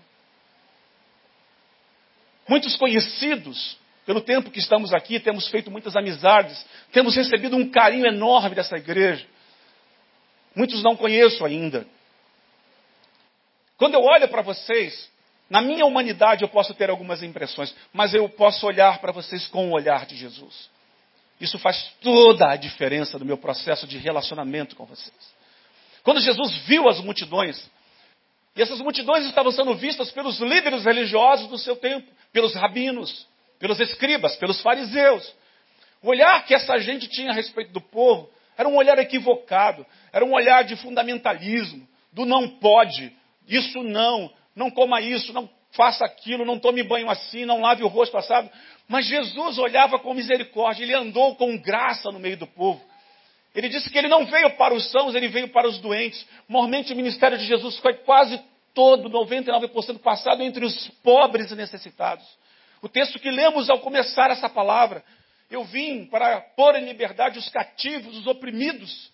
Muitos conhecidos, pelo tempo que estamos aqui, temos feito muitas amizades, temos recebido um carinho enorme dessa igreja. Muitos não conheço ainda. Quando eu olho para vocês, na minha humanidade eu posso ter algumas impressões, mas eu posso olhar para vocês com o olhar de Jesus. Isso faz toda a diferença no meu processo de relacionamento com vocês. Quando Jesus viu as multidões, e essas multidões estavam sendo vistas pelos líderes religiosos do seu tempo, pelos rabinos, pelos escribas, pelos fariseus. O olhar que essa gente tinha a respeito do povo era um olhar equivocado, era um olhar de fundamentalismo, do não pode, isso não coma isso, não faça aquilo, não tome banho assim, não lave o rosto assado. Mas Jesus olhava com misericórdia, ele andou com graça no meio do povo. Ele disse que ele não veio para os sãos, ele veio para os doentes. Normalmente o ministério de Jesus foi quase todo, 99% passado entre os pobres e necessitados. O texto que lemos ao começar essa palavra, eu vim para pôr em liberdade os cativos, os oprimidos.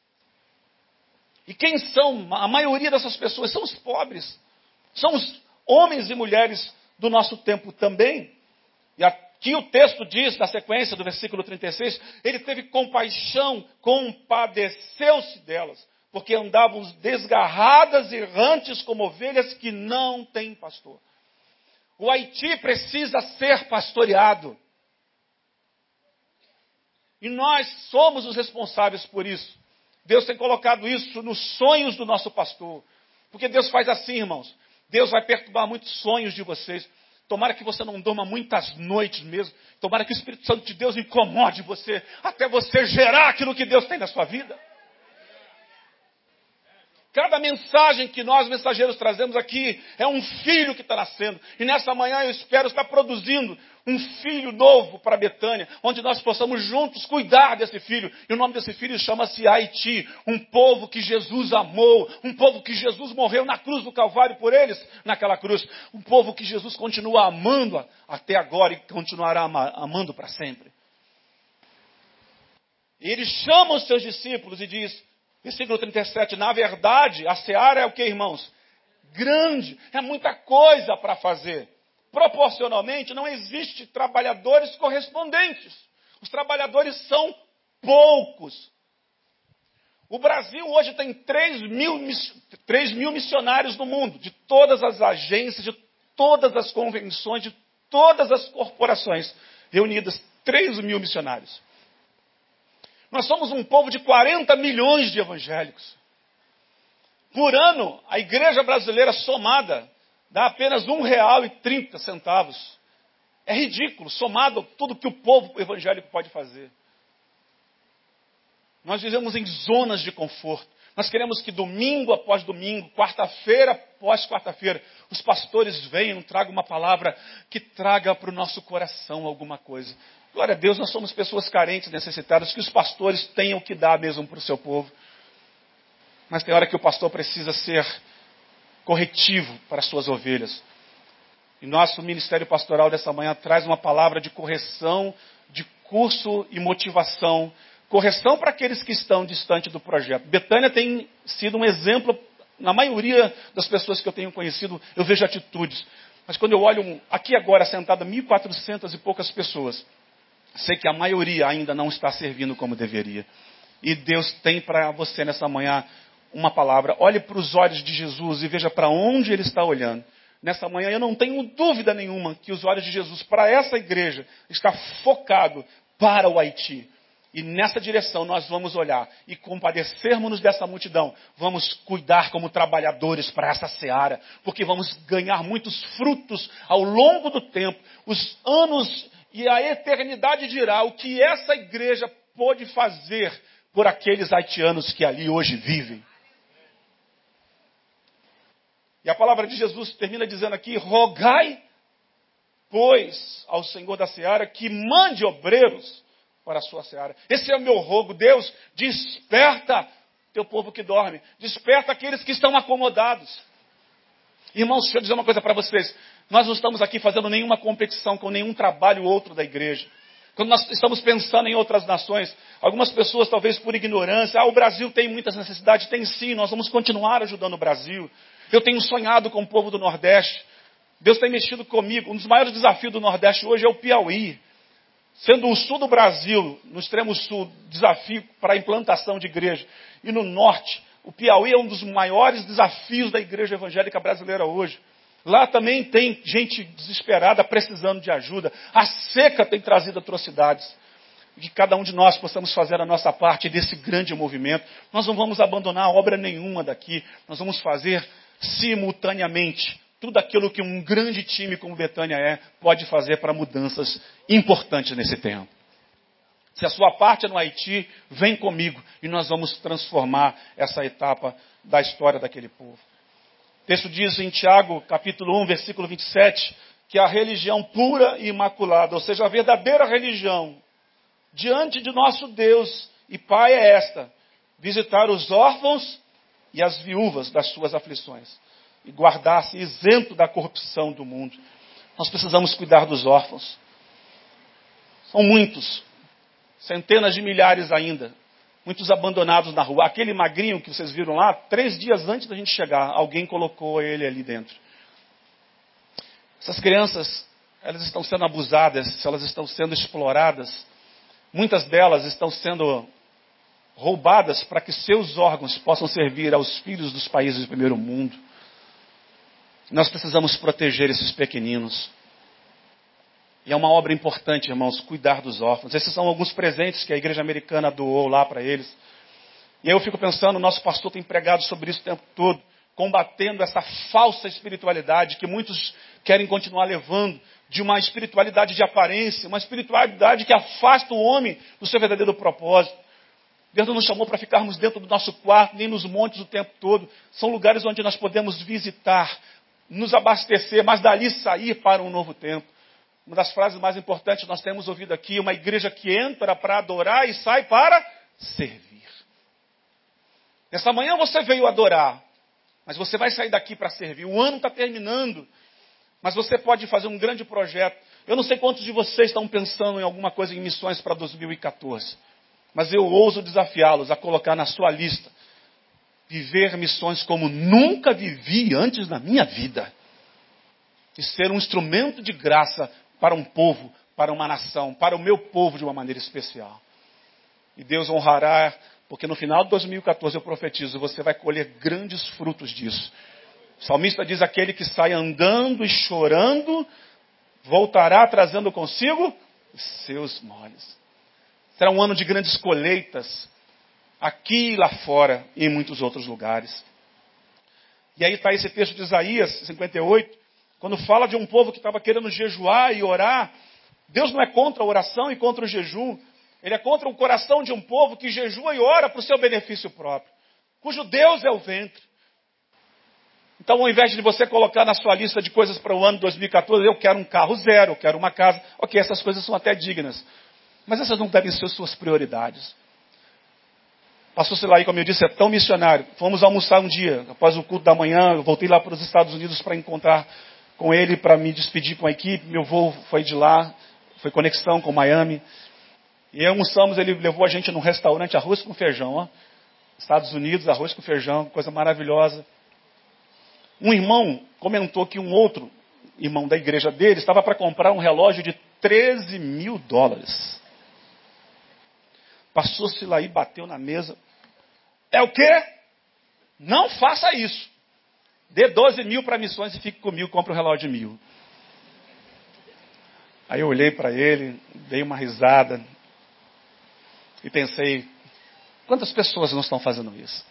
E quem são? A maioria dessas pessoas são os pobres. São os homens e mulheres do nosso tempo também. E aqui o texto diz, na sequência do versículo 36, ele teve compaixão, compadeceu-se delas, porque andavam desgarradas e errantes como ovelhas que não têm pastor. O Haiti precisa ser pastoreado. E nós somos os responsáveis por isso. Deus tem colocado isso nos sonhos do nosso pastor. Porque Deus faz assim, irmãos. Deus vai perturbar muitos sonhos de vocês. Tomara que você não durma muitas noites mesmo. Tomara que o Espírito Santo de Deus incomode você, até você gerar aquilo que Deus tem na sua vida. Cada mensagem que nós, mensageiros, trazemos aqui é um filho que está nascendo. E nessa manhã eu espero estar produzindo um filho novo para Betânia, onde nós possamos juntos cuidar desse filho. E o nome desse filho chama-se Haiti, um povo que Jesus amou, um povo que Jesus morreu na cruz do Calvário por eles, naquela cruz. Um povo que Jesus continua amando até agora e continuará amando para sempre. E ele chama os seus discípulos e diz, versículo 37, na verdade, a seara é o que, irmãos? Grande, é muita coisa para fazer. Proporcionalmente, não existe trabalhadores correspondentes. Os trabalhadores são poucos. O Brasil hoje tem 3 mil missionários no mundo, de todas as agências, de todas as convenções, de todas as corporações reunidas, 3 mil missionários. Nós somos um povo de 40 milhões de evangélicos. Por ano, a igreja brasileira somada dá apenas R$1,30. É ridículo, somado a tudo que o povo evangélico pode fazer. Nós vivemos em zonas de conforto. Nós queremos que domingo após domingo, quarta-feira após quarta-feira, os pastores venham, tragam uma palavra que traga para o nosso coração alguma coisa. Glória a Deus, nós somos pessoas carentes, necessitadas, que os pastores tenham que dar mesmo para o seu povo. Mas tem hora que o pastor precisa ser corretivo para as suas ovelhas. E nosso ministério pastoral dessa manhã traz uma palavra de correção, de curso e motivação. Correção para aqueles que estão distante do projeto. Betânia tem sido um exemplo, na maioria das pessoas que eu tenho conhecido, eu vejo atitudes. Mas quando eu olho aqui agora, sentada 1.400 e poucas pessoas, sei que a maioria ainda não está servindo como deveria. E Deus tem para você nessa manhã uma palavra. Olhe para os olhos de Jesus e veja para onde Ele está olhando. Nessa manhã eu não tenho dúvida nenhuma que os olhos de Jesus para essa igreja está focado para o Haiti. E nessa direção nós vamos olhar e compadecermos-nos dessa multidão. Vamos cuidar como trabalhadores para essa seara, porque vamos ganhar muitos frutos ao longo do tempo. Os anos e a eternidade dirá o que essa igreja pôde fazer por aqueles haitianos que ali hoje vivem. E a palavra de Jesus termina dizendo aqui: rogai, pois, ao Senhor da seara que mande obreiros para a sua seara. Esse é o meu rogo. Deus, desperta teu povo que dorme. Desperta aqueles que estão acomodados. Irmãos, deixa eu dizer uma coisa para vocês. Nós não estamos aqui fazendo nenhuma competição com nenhum trabalho outro da igreja. Quando nós estamos pensando em outras nações, algumas pessoas talvez por ignorância, o Brasil tem muitas necessidades. Tem sim, nós vamos continuar ajudando o Brasil. Eu tenho sonhado com o povo do Nordeste. Deus tem mexido comigo. Um dos maiores desafios do Nordeste hoje é o Piauí. Sendo o sul do Brasil, no extremo sul, desafio para a implantação de igreja. E no norte, o Piauí é um dos maiores desafios da igreja evangélica brasileira hoje. Lá também tem gente desesperada, precisando de ajuda. A seca tem trazido atrocidades. Que cada um de nós possamos fazer a nossa parte desse grande movimento. Nós não vamos abandonar obra nenhuma daqui. Nós vamos fazer simultaneamente tudo aquilo que um grande time como Betânia pode fazer para mudanças importantes nesse tempo. Se a sua parte é no Haiti, vem comigo e nós vamos transformar essa etapa da história daquele povo. O texto diz em Tiago, capítulo 1, versículo 27, que a religião pura e imaculada, ou seja, a verdadeira religião, diante de nosso Deus e Pai é esta: visitar os órfãos e as viúvas das suas aflições e guardar-se isento da corrupção do mundo. Nós precisamos cuidar dos órfãos. São muitos, centenas de milhares ainda, muitos abandonados na rua. Aquele magrinho que vocês viram lá, 3 dias antes da gente chegar, alguém colocou ele ali dentro. Essas crianças, elas estão sendo abusadas, elas estão sendo exploradas. Muitas delas estão sendo roubadas para que seus órgãos possam servir aos filhos dos países do primeiro mundo. Nós precisamos proteger esses pequeninos. E é uma obra importante, irmãos, cuidar dos órfãos. Esses são alguns presentes que a igreja americana doou lá para eles. E aí eu fico pensando, o nosso pastor tem pregado sobre isso o tempo todo, combatendo essa falsa espiritualidade que muitos querem continuar levando, de uma espiritualidade de aparência, uma espiritualidade que afasta o homem do seu verdadeiro propósito. Deus não nos chamou para ficarmos dentro do nosso quarto, nem nos montes o tempo todo. São lugares onde nós podemos visitar, nos abastecer, mas dali sair para um novo tempo. Uma das frases mais importantes que nós temos ouvido aqui, uma igreja que entra para adorar e sai para servir. Nessa manhã você veio adorar, mas você vai sair daqui para servir. O ano está terminando, mas você pode fazer um grande projeto. Eu não sei quantos de vocês estão pensando em alguma coisa em missões para 2014, mas eu ouso desafiá-los a colocar na sua lista: viver missões como nunca vivi antes na minha vida. E ser um instrumento de graça para um povo, para uma nação, para o meu povo de uma maneira especial. E Deus honrará, porque no final de 2014 eu profetizo, você vai colher grandes frutos disso. O salmista diz: aquele que sai andando e chorando, voltará trazendo consigo os seus moles. Será um ano de grandes colheitas, aqui e lá fora, e em muitos outros lugares. E aí está esse texto de Isaías 58, quando fala de um povo que estava querendo jejuar e orar. Deus não é contra a oração e contra o jejum. Ele é contra o coração de um povo que jejua e ora para o seu benefício próprio, cujo Deus é o ventre. Então, ao invés de você colocar na sua lista de coisas para o ano 2014, eu quero um carro zero, eu quero uma casa. Ok, essas coisas são até dignas. Mas essas não devem ser suas prioridades. Pastor Silaí, como eu disse, é tão missionário. Fomos almoçar um dia, após o culto da manhã, eu voltei lá para os Estados Unidos para encontrar com ele, para me despedir com a equipe. Meu voo foi de lá, foi conexão com Miami. E almoçamos, ele levou a gente num restaurante, arroz com feijão, ó. Estados Unidos, arroz com feijão, coisa maravilhosa. Um irmão comentou que um outro irmão da igreja dele estava para comprar um relógio de $13 mil. Pastor Silaí bateu na mesa. É o quê? Não faça isso. Dê 12 mil para missões e fique comigo, compre um relógio de 1.000. Aí eu olhei para ele, dei uma risada e pensei, quantas pessoas não estão fazendo isso?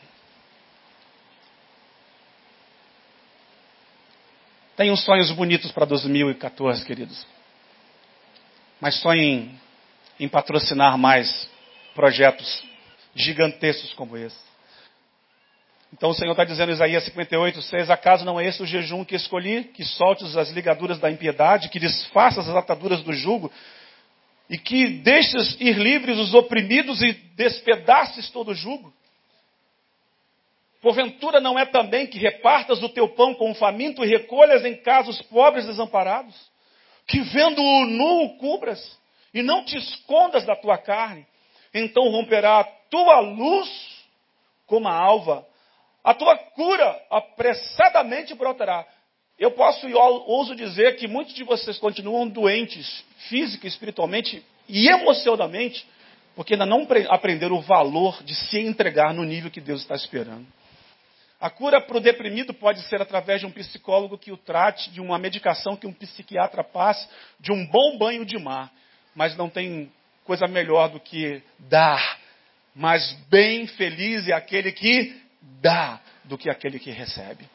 Tenho sonhos bonitos para 2014, queridos. Mas sonhem em patrocinar mais projetos gigantescos como esse. Então o Senhor está dizendo em Isaías 58:6, acaso não é esse o jejum que escolhi, que soltes as ligaduras da impiedade, que desfaças as ataduras do jugo, e que deixes ir livres os oprimidos e despedaces todo o jugo? Porventura não é também que repartas o teu pão com o faminto e recolhas em casa os pobres desamparados? Que vendo o nu o cubras e não te escondas da tua carne, então romperá a tua luz como a alva, a tua cura apressadamente brotará. Eu posso e ouso dizer que muitos de vocês continuam doentes, física, espiritualmente e emocionalmente, porque ainda não aprenderam o valor de se entregar no nível que Deus está esperando. A cura para o deprimido pode ser através de um psicólogo que o trate, de uma medicação que um psiquiatra passe, de um bom banho de mar. Mas não tem coisa melhor do que dar. Mas bem feliz é aquele que dá do que aquele que recebe.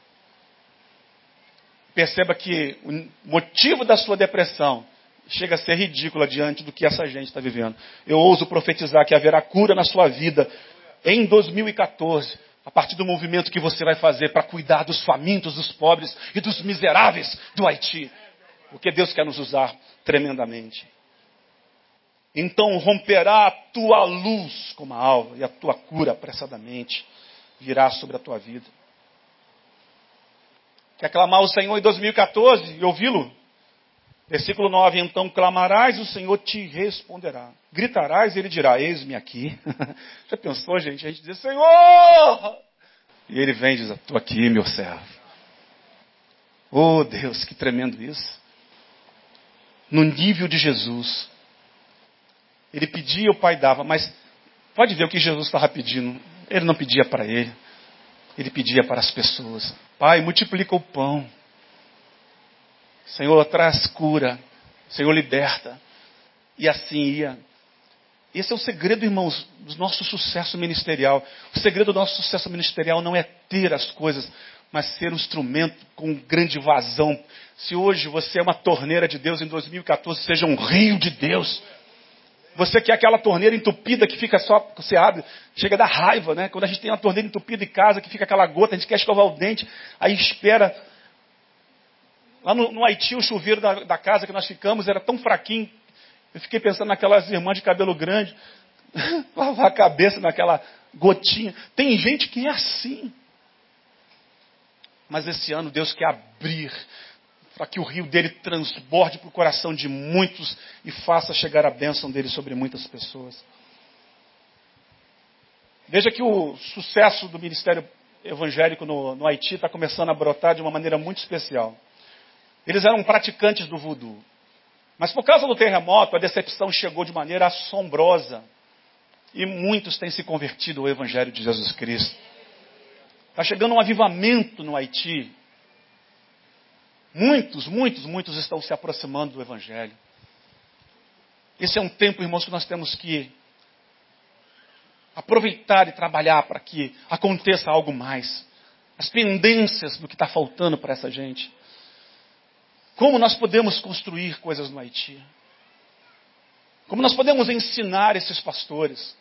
Perceba que o motivo da sua depressão chega a ser ridícula diante do que essa gente está vivendo. Eu ouso profetizar que haverá cura na sua vida em 2014, a partir do movimento que você vai fazer para cuidar dos famintos, dos pobres e dos miseráveis do Haiti. Porque Deus quer nos usar tremendamente. Então romperá a tua luz como a alva e a tua cura apressadamente virá sobre a tua vida. Quer clamar ao Senhor em 2014 e ouvi-lo? Versículo 9, então clamarás e o Senhor te responderá. Gritarás e ele dirá, eis-me aqui. Já pensou, gente? A gente diz, Senhor! E ele vem e diz, estou aqui, meu servo. Oh, Deus, que tremendo isso. No nível de Jesus. Ele pedia, o Pai dava, mas pode ver o que Jesus estava pedindo. Ele não pedia para ele. Ele pedia para as pessoas. Pai, multiplica o pão. Senhor, traz cura. Senhor, liberta. E assim ia. Esse é o segredo, irmãos, do nosso sucesso ministerial. O segredo do nosso sucesso ministerial não é ter as coisas, mas ser um instrumento com grande vazão. Se hoje você é uma torneira de Deus, em 2014 seja um rio de Deus. Você quer aquela torneira entupida que fica só, você abre, chega a dar raiva, né? Quando a gente tem uma torneira entupida em casa, que fica aquela gota, a gente quer escovar o dente, aí espera. Lá no Haiti, o chuveiro da casa que nós ficamos era tão fraquinho. Eu fiquei pensando naquelas irmãs de cabelo grande, lavar a cabeça naquela gotinha. Tem gente que é assim. Mas esse ano Deus quer abrir para que o rio dele transborde para o coração de muitos e faça chegar a bênção dele sobre muitas pessoas. Veja que o sucesso do ministério evangélico no Haiti está começando a brotar de uma maneira muito especial. Eles eram praticantes do voodoo. Mas por causa do terremoto, a decepção chegou de maneira assombrosa. E muitos têm se convertido ao Evangelho de Jesus Cristo. Está chegando um avivamento no Haiti. Muitos estão se aproximando do Evangelho. Esse é um tempo, irmãos, que nós temos que aproveitar e trabalhar para que aconteça algo mais. As pendências do que está faltando para essa gente. Como nós podemos construir coisas no Haiti? Como nós podemos ensinar esses pastores?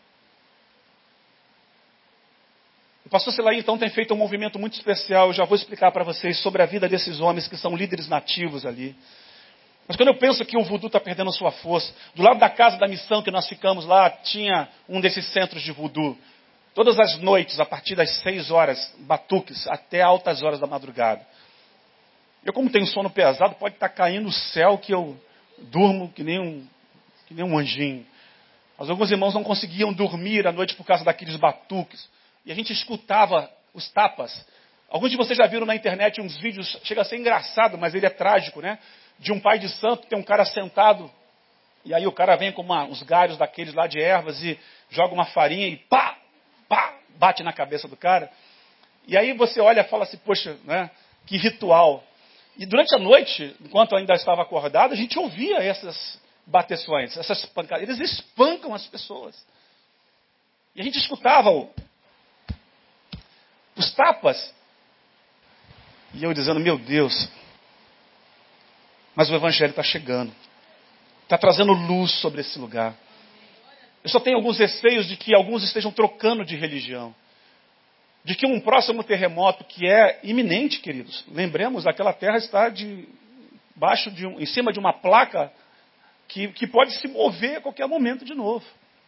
O pastor Silaí, então, tem feito um movimento muito especial. Eu já vou explicar para vocês sobre a vida desses homens que são líderes nativos ali. Mas quando eu penso que o voodoo está perdendo a sua força, do lado da casa da missão que nós ficamos lá, tinha um desses centros de voodoo. Todas as noites, a partir das 6 horas, batuques, até altas horas da madrugada. Eu, como tenho sono pesado, pode estar caindo o céu que eu durmo que nem um anjinho. Mas alguns irmãos não conseguiam dormir à noite por causa daqueles batuques. E a gente escutava os tapas. Alguns de vocês já viram na internet uns vídeos, chega a ser engraçado, mas ele é trágico, né? De um pai de santo, tem um cara sentado, e aí o cara vem com uns galhos daqueles lá de ervas e joga uma farinha e pá, pá, bate na cabeça do cara. E aí você olha e fala assim, poxa, né? Que ritual. E durante a noite, enquanto eu ainda estava acordado, a gente ouvia essas bateções, essas pancadas. Eles espancam as pessoas. E a gente escutava os tapas. E eu dizendo, meu Deus, mas o Evangelho está chegando. Está trazendo luz sobre esse lugar. Eu só tenho alguns receios de que alguns estejam trocando de religião. De que um próximo terremoto que é iminente, queridos. Lembremos, aquela terra está em cima de uma placa que pode se mover a qualquer momento de novo.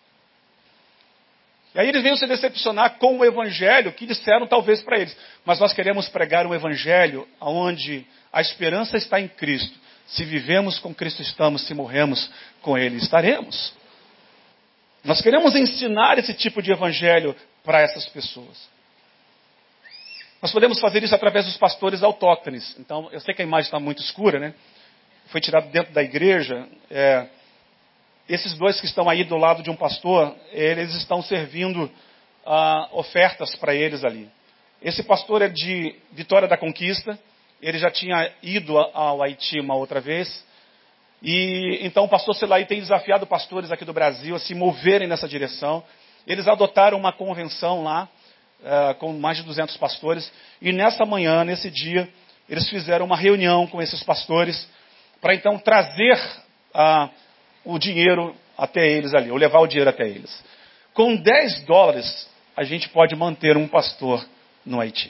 E aí eles venham se decepcionar com o Evangelho que disseram talvez para eles. Mas nós queremos pregar um Evangelho onde a esperança está em Cristo. Se vivemos com Cristo estamos, se morremos com Ele estaremos. Nós queremos ensinar esse tipo de Evangelho para essas pessoas. Nós podemos fazer isso através dos pastores autóctones. Então, eu sei que a imagem está muito escura, né? Foi tirado dentro da igreja. Esses dois que estão aí do lado de um pastor, eles estão servindo ofertas para eles ali. Esse pastor é de Vitória da Conquista. Ele já tinha ido ao Haiti uma outra vez. E então o pastor Selaí tem desafiado pastores aqui do Brasil a se moverem nessa direção. Eles adotaram uma convenção lá, com mais de 200 pastores. E nessa manhã, nesse dia, eles fizeram uma reunião com esses pastores para então trazer o dinheiro até eles ali, ou levar o dinheiro até eles. Com $10, a gente pode manter um pastor no Haiti.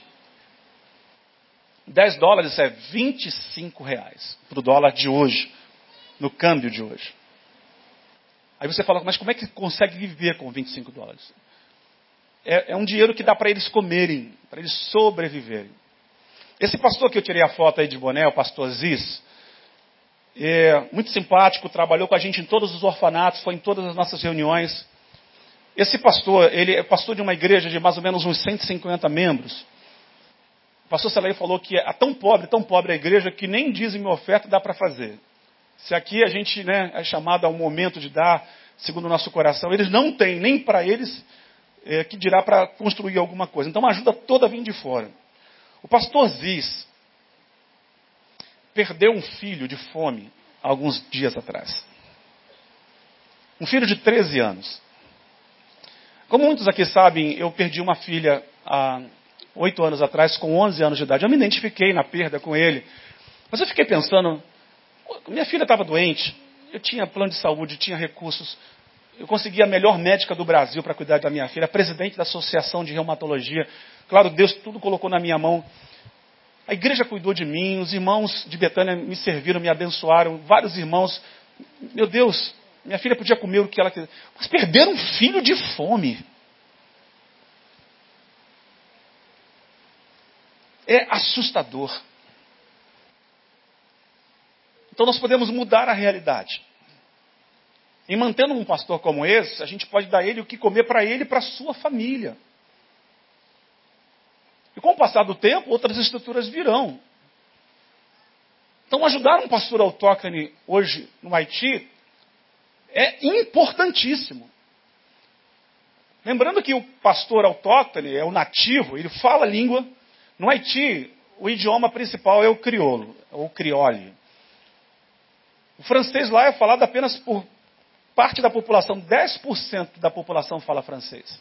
$10 é R$25 para o dólar de hoje, no câmbio de hoje. Aí você fala, mas como é que consegue viver com $25? É um dinheiro que dá para eles comerem, para eles sobreviverem. Esse pastor que eu tirei a foto aí de boné, o pastor Ziz, muito simpático, trabalhou com a gente em todos os orfanatos, foi em todas as nossas reuniões. Esse pastor, ele é pastor de uma igreja de mais ou menos uns 150 membros. O pastor Selaí falou que é tão pobre a igreja, que nem dízimo e oferta dá para fazer. Se aqui a gente é chamado a um momento de dar, segundo o nosso coração, eles não têm nem para eles, que dirá para construir alguma coisa. Então a ajuda toda vem de fora. O pastor Ziz perdeu um filho de fome há alguns dias atrás. Um filho de 13 anos. Como muitos aqui sabem, eu perdi uma filha há 8 anos atrás, com 11 anos de idade. Eu me identifiquei na perda com ele. Mas eu fiquei pensando, minha filha estava doente, eu tinha plano de saúde, tinha recursos, eu consegui a melhor médica do Brasil para cuidar da minha filha, presidente da Associação de Reumatologia. Claro, Deus tudo colocou na minha mão. A igreja cuidou de mim, os irmãos de Betânia me serviram, me abençoaram, vários irmãos. Meu Deus, minha filha podia comer o que ela quiser. Mas perderam um filho de fome. É assustador. Então nós podemos mudar a realidade. Em mantendo um pastor como esse, a gente pode dar ele o que comer para ele e para a sua família. E com o passar do tempo, outras estruturas virão. Então ajudar um pastor autóctone hoje no Haiti é importantíssimo. Lembrando que o pastor autóctone é o nativo, ele fala a língua. No Haiti, o idioma principal é o crioulo, ou criole. O francês lá é falado apenas por parte da população, 10% da população fala francês.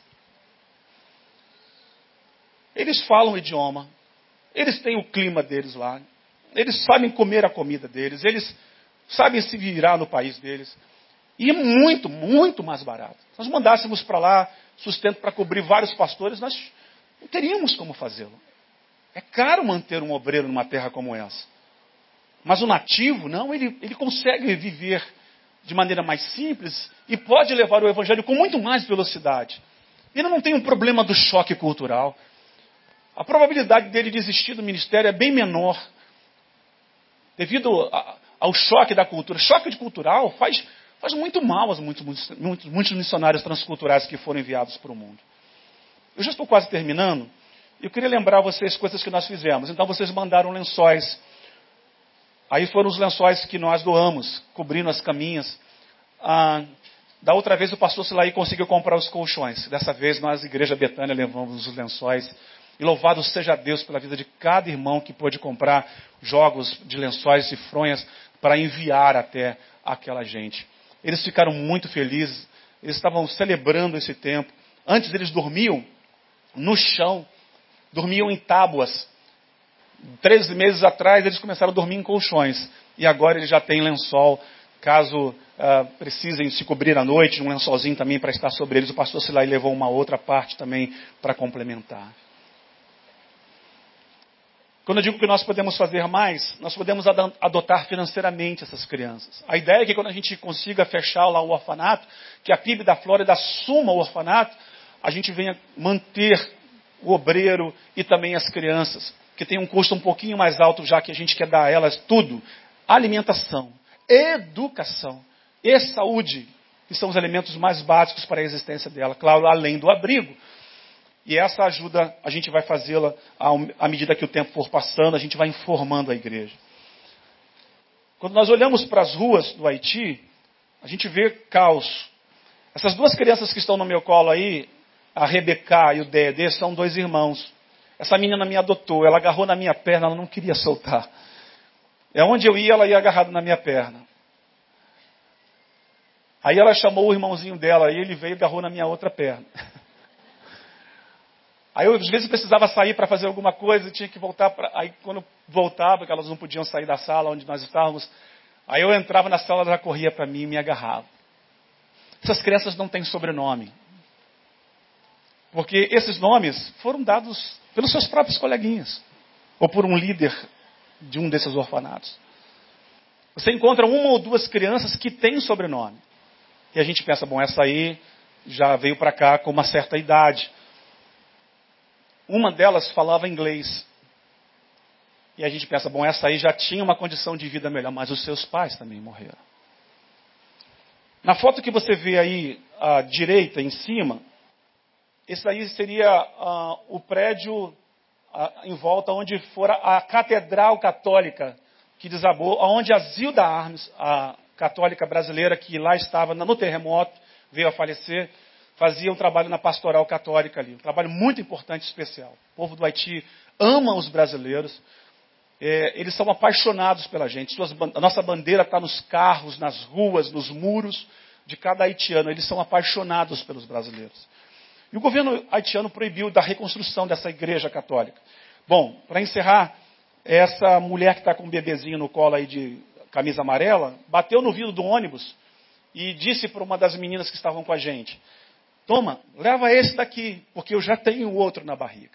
Eles falam o idioma, eles têm o clima deles lá, eles sabem comer a comida deles, eles sabem se virar no país deles. E é muito, muito mais barato. Se nós mandássemos para lá sustento para cobrir vários pastores, nós não teríamos como fazê-lo. É caro manter um obreiro numa terra como essa. Mas o nativo, não, ele consegue viver de maneira mais simples e pode levar o evangelho com muito mais velocidade. Ele não tem um problema do choque cultural. A probabilidade dele desistir do ministério é bem menor. Devido ao choque da cultura. Choque cultural faz muito mal aos muitos missionários transculturais que foram enviados para o mundo. Eu já estou quase terminando. Eu queria lembrar vocês coisas que nós fizemos. Então vocês mandaram lençóis. Aí foram os lençóis que nós doamos, cobrindo as caminhas. Da outra vez o pastor Silaí conseguiu comprar os colchões. Dessa vez nós, Igreja Betânia, levamos os lençóis. E louvado seja Deus pela vida de cada irmão que pôde comprar jogos de lençóis e fronhas para enviar até aquela gente. Eles ficaram muito felizes. Eles estavam celebrando esse tempo. Antes eles dormiam no chão, dormiam em tábuas. 13 meses atrás eles começaram a dormir em colchões. E agora eles já têm lençol, caso precisem se cobrir à noite, um lençolzinho também para estar sobre eles. O pastor Silaí levou uma outra parte também para complementar. Quando eu digo que nós podemos fazer mais, nós podemos adotar financeiramente essas crianças. A ideia é que quando a gente consiga fechar lá o orfanato, que a PIB da Flórida assuma o orfanato, a gente venha manter o obreiro e também as crianças, que tem um custo um pouquinho mais alto, já que a gente quer dar a elas tudo: alimentação, educação e saúde, que são os elementos mais básicos para a existência dela, claro, além do abrigo. E essa ajuda a gente vai fazê-la à medida que o tempo for passando, a gente vai informando a igreja. Quando nós olhamos para as ruas do Haiti, a gente vê caos. Essas duas crianças que estão no meu colo aí, a Rebeca e o Dedê, são dois irmãos. Essa menina me adotou, ela agarrou na minha perna, ela não queria soltar. É onde eu ia, ela ia agarrada na minha perna. Aí ela chamou o irmãozinho dela, e ele veio e agarrou na minha outra perna. Aí eu, às vezes, precisava sair para fazer alguma coisa e tinha que voltar. Aí quando eu voltava, porque elas não podiam sair da sala onde nós estávamos, aí eu entrava na sala, ela corria para mim e me agarrava. Essas crianças não têm sobrenome. Porque esses nomes foram dados pelos seus próprios coleguinhas. Ou por um líder de um desses orfanatos. Você encontra uma ou duas crianças que têm sobrenome. E a gente pensa, bom, essa aí já veio para cá com uma certa idade. Uma delas falava inglês. E a gente pensa, bom, essa aí já tinha uma condição de vida melhor, mas os seus pais também morreram. Na foto que você vê aí à direita, em cima, esse aí seria o prédio em volta onde fora a Catedral Católica que desabou, onde a Zilda Armes, a católica brasileira que lá estava no terremoto, veio a falecer, fazia um trabalho na pastoral católica ali. Um trabalho muito importante e especial. O povo do Haiti ama os brasileiros. Eles são apaixonados pela gente. A nossa bandeira está nos carros, nas ruas, nos muros de cada haitiano. Eles são apaixonados pelos brasileiros. E o governo haitiano proibiu da reconstrução dessa igreja católica. Bom, para encerrar, essa mulher que está com um bebezinho no colo aí de camisa amarela, bateu no vidro do ônibus e disse para uma das meninas que estavam com a gente: toma, leva esse daqui, porque eu já tenho outro na barriga.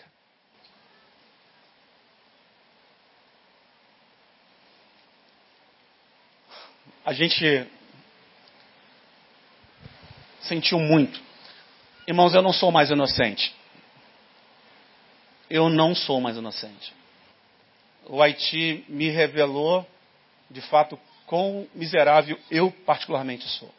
A gente sentiu muito. Irmãos, eu não sou mais inocente. Eu não sou mais inocente. O Haiti me revelou, de fato, quão miserável eu particularmente sou.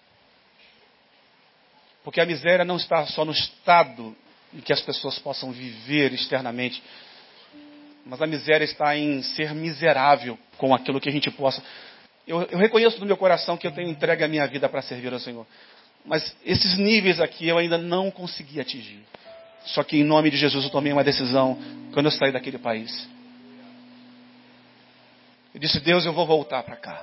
Porque a miséria não está só no estado em que as pessoas possam viver externamente, mas a miséria está em ser miserável com aquilo que a gente possa. Eu reconheço no meu coração que eu tenho entregue a minha vida para servir ao Senhor. Mas esses níveis aqui eu ainda não consegui atingir. Só que em nome de Jesus eu tomei uma decisão quando eu saí daquele país. Eu disse: Deus, eu vou voltar para cá.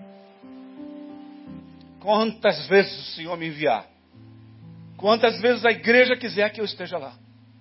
Quantas vezes o Senhor me enviar, quantas vezes a igreja quiser que eu esteja lá,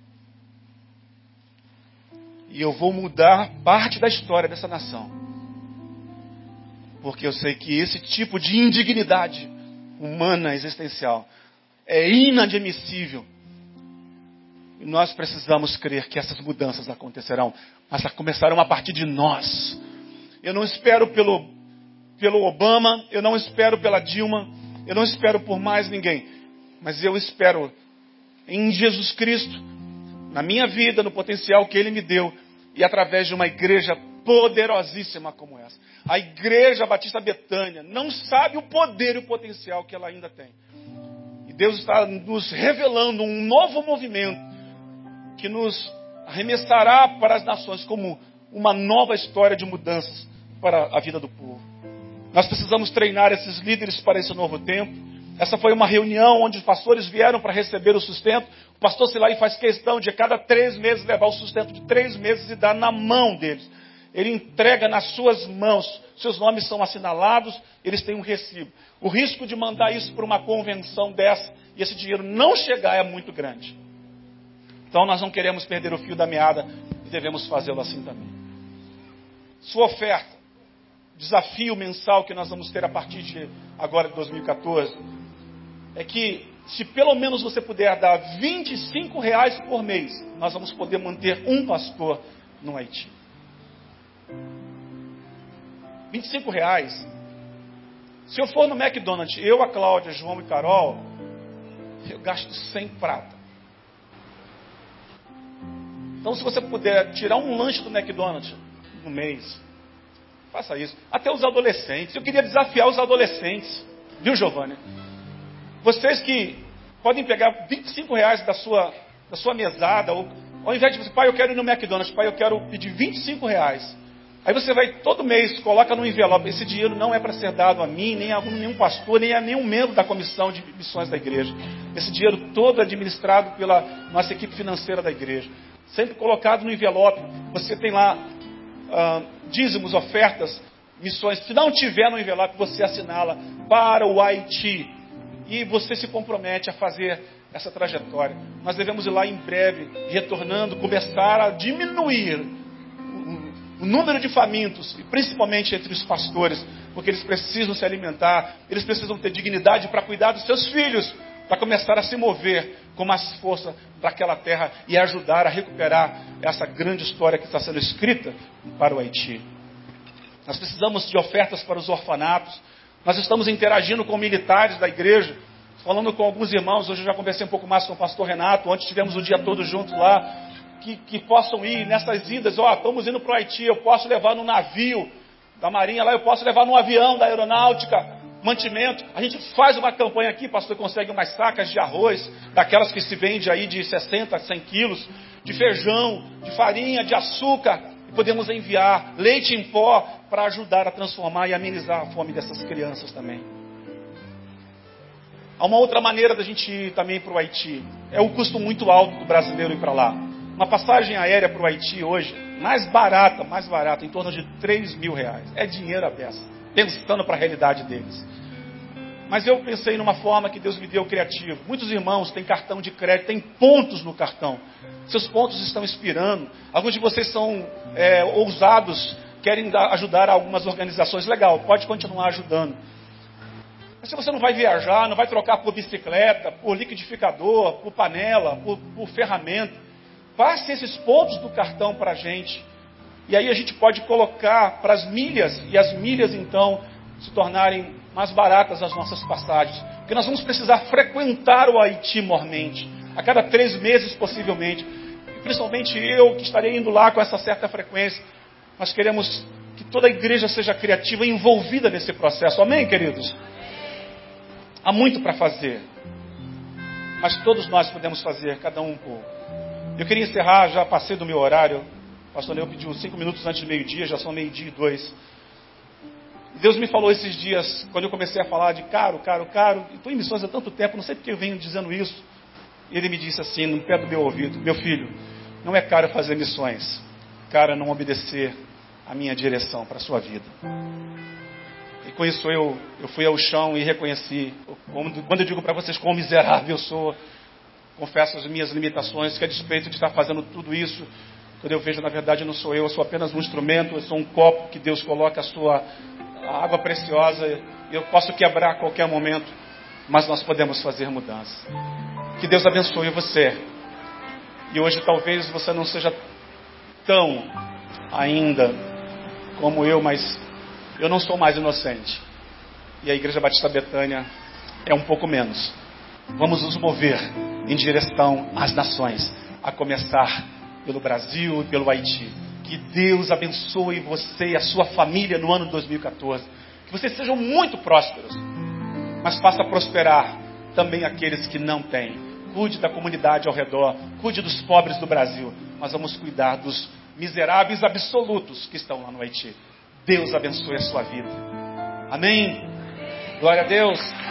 e eu vou mudar parte da história dessa nação, porque eu sei que esse tipo de indignidade humana existencial é inadmissível. E nós precisamos crer que essas mudanças acontecerão, mas começarão a partir de nós. eu não espero pelo Obama, eu não espero pela Dilma, eu não espero por mais ninguém. Mas eu espero em Jesus Cristo, na minha vida, no potencial que Ele me deu, e através de uma igreja poderosíssima como essa. A Igreja Batista Betânia não sabe o poder e o potencial que ela ainda tem. E Deus está nos revelando um novo movimento que nos arremessará para as nações como uma nova história de mudanças para a vida do povo. Nós precisamos treinar esses líderes para esse novo tempo. Essa foi uma reunião onde os pastores vieram para receber o sustento. O pastor Silai faz questão de a cada 3 meses levar o sustento de 3 meses e dar na mão deles. Ele entrega nas suas mãos. Seus nomes são assinalados, eles têm um recibo. O risco de mandar isso para uma convenção dessa e esse dinheiro não chegar é muito grande. Então nós não queremos perder o fio da meada e devemos fazê-lo assim também. Sua oferta, desafio mensal que nós vamos ter a partir de agora de 2014, é que se pelo menos você puder dar R$25 por mês, nós vamos poder manter um pastor no Haiti. R$25. Se eu for no McDonald's, eu, a Cláudia, João e Carol, eu gasto 100 prata. Então se você puder tirar um lanche do McDonald's no mês, faça isso. Até os adolescentes. Eu queria desafiar os adolescentes. Viu, Giovanni? Vocês que podem pegar R$25 da sua mesada, ou ao invés de dizer, pai, eu quero ir no McDonald's, pai, eu quero pedir R$25. Aí você vai todo mês, coloca no envelope. Esse dinheiro não é para ser dado a mim, nem a nenhum pastor, nem a nenhum membro da comissão de missões da igreja. Esse dinheiro todo é administrado pela nossa equipe financeira da igreja. Sempre colocado no envelope. Você tem lá dízimos, ofertas, missões. Se não tiver no envelope, você assinala para o Haiti. E você se compromete a fazer essa trajetória. Nós devemos ir lá em breve, retornando, começar a diminuir o número de famintos, e principalmente entre os pastores, porque eles precisam se alimentar, eles precisam ter dignidade para cuidar dos seus filhos, para começar a se mover com mais força para aquela terra e ajudar a recuperar essa grande história que está sendo escrita para o Haiti. Nós precisamos de ofertas para os orfanatos. Nós estamos interagindo com militares da igreja, falando com alguns irmãos. Hoje eu já conversei um pouco mais com o pastor Renato. Ontem tivemos o dia todo juntos lá. Que possam ir nessas idas. Estamos indo para o Haiti, eu posso levar no navio da Marinha lá, eu posso levar no avião da aeronáutica, mantimento. A gente faz uma campanha aqui, pastor, consegue umas sacas de arroz, daquelas que se vende aí de 60 a 100 quilos, de feijão, de farinha, de açúcar, e podemos enviar leite em pó para ajudar a transformar e amenizar a fome dessas crianças também. Há uma outra maneira da gente ir também para o Haiti. É o custo muito alto do brasileiro ir para lá. Uma passagem aérea para o Haiti hoje, mais barata, em torno de R$3.000. É dinheiro à beça, pensando para a realidade deles. Mas eu pensei numa forma que Deus me deu criativo. Muitos irmãos têm cartão de crédito, têm pontos no cartão. Seus pontos estão expirando. Alguns de vocês são ousados, querem ajudar algumas organizações. Legal, pode continuar ajudando. Mas se você não vai viajar, não vai trocar por bicicleta, por liquidificador, por panela, por ferramenta, passe esses pontos do cartão para a gente. E aí a gente pode colocar para as milhas, e as milhas então se tornarem mais baratas as nossas passagens. Porque nós vamos precisar frequentar o Haiti mormente, a cada 3 meses possivelmente. E principalmente eu que estarei indo lá com essa certa frequência. Nós queremos que toda a igreja seja criativa e envolvida nesse processo. Amém, queridos? Há muito para fazer. Mas todos nós podemos fazer, cada um um pouco. Eu queria encerrar, já passei do meu horário. O pastor Neu pediu 5 minutos antes do meio-dia, já são 12:02. Deus me falou esses dias, quando eu comecei a falar de caro. Estou em missões há tanto tempo, não sei porque eu venho dizendo isso. Ele me disse assim, no pé do meu ouvido: meu filho, não é caro fazer missões. Caro é não obedecer a minha direção para a sua vida. E com isso eu fui ao chão e reconheci. Quando eu digo para vocês quão miserável eu sou, confesso as minhas limitações, que a despeito de estar fazendo tudo isso, quando eu vejo, na verdade, não sou eu sou apenas um instrumento, eu sou um copo que Deus coloca a água preciosa, eu posso quebrar a qualquer momento, mas nós podemos fazer mudança. Que Deus abençoe você. E hoje talvez você não seja tão ainda como eu, mas eu não sou mais inocente. E a Igreja Batista Betânia é um pouco menos. Vamos nos mover em direção às nações, a começar pelo Brasil e pelo Haiti. Que Deus abençoe você e a sua família no ano de 2014. Que vocês sejam muito prósperos, mas faça prosperar também aqueles que não têm. Cuide da comunidade ao redor, cuide dos pobres do Brasil. Nós vamos cuidar dos miseráveis absolutos que estão lá no Haiti. Deus abençoe a sua vida. Amém? Glória a Deus.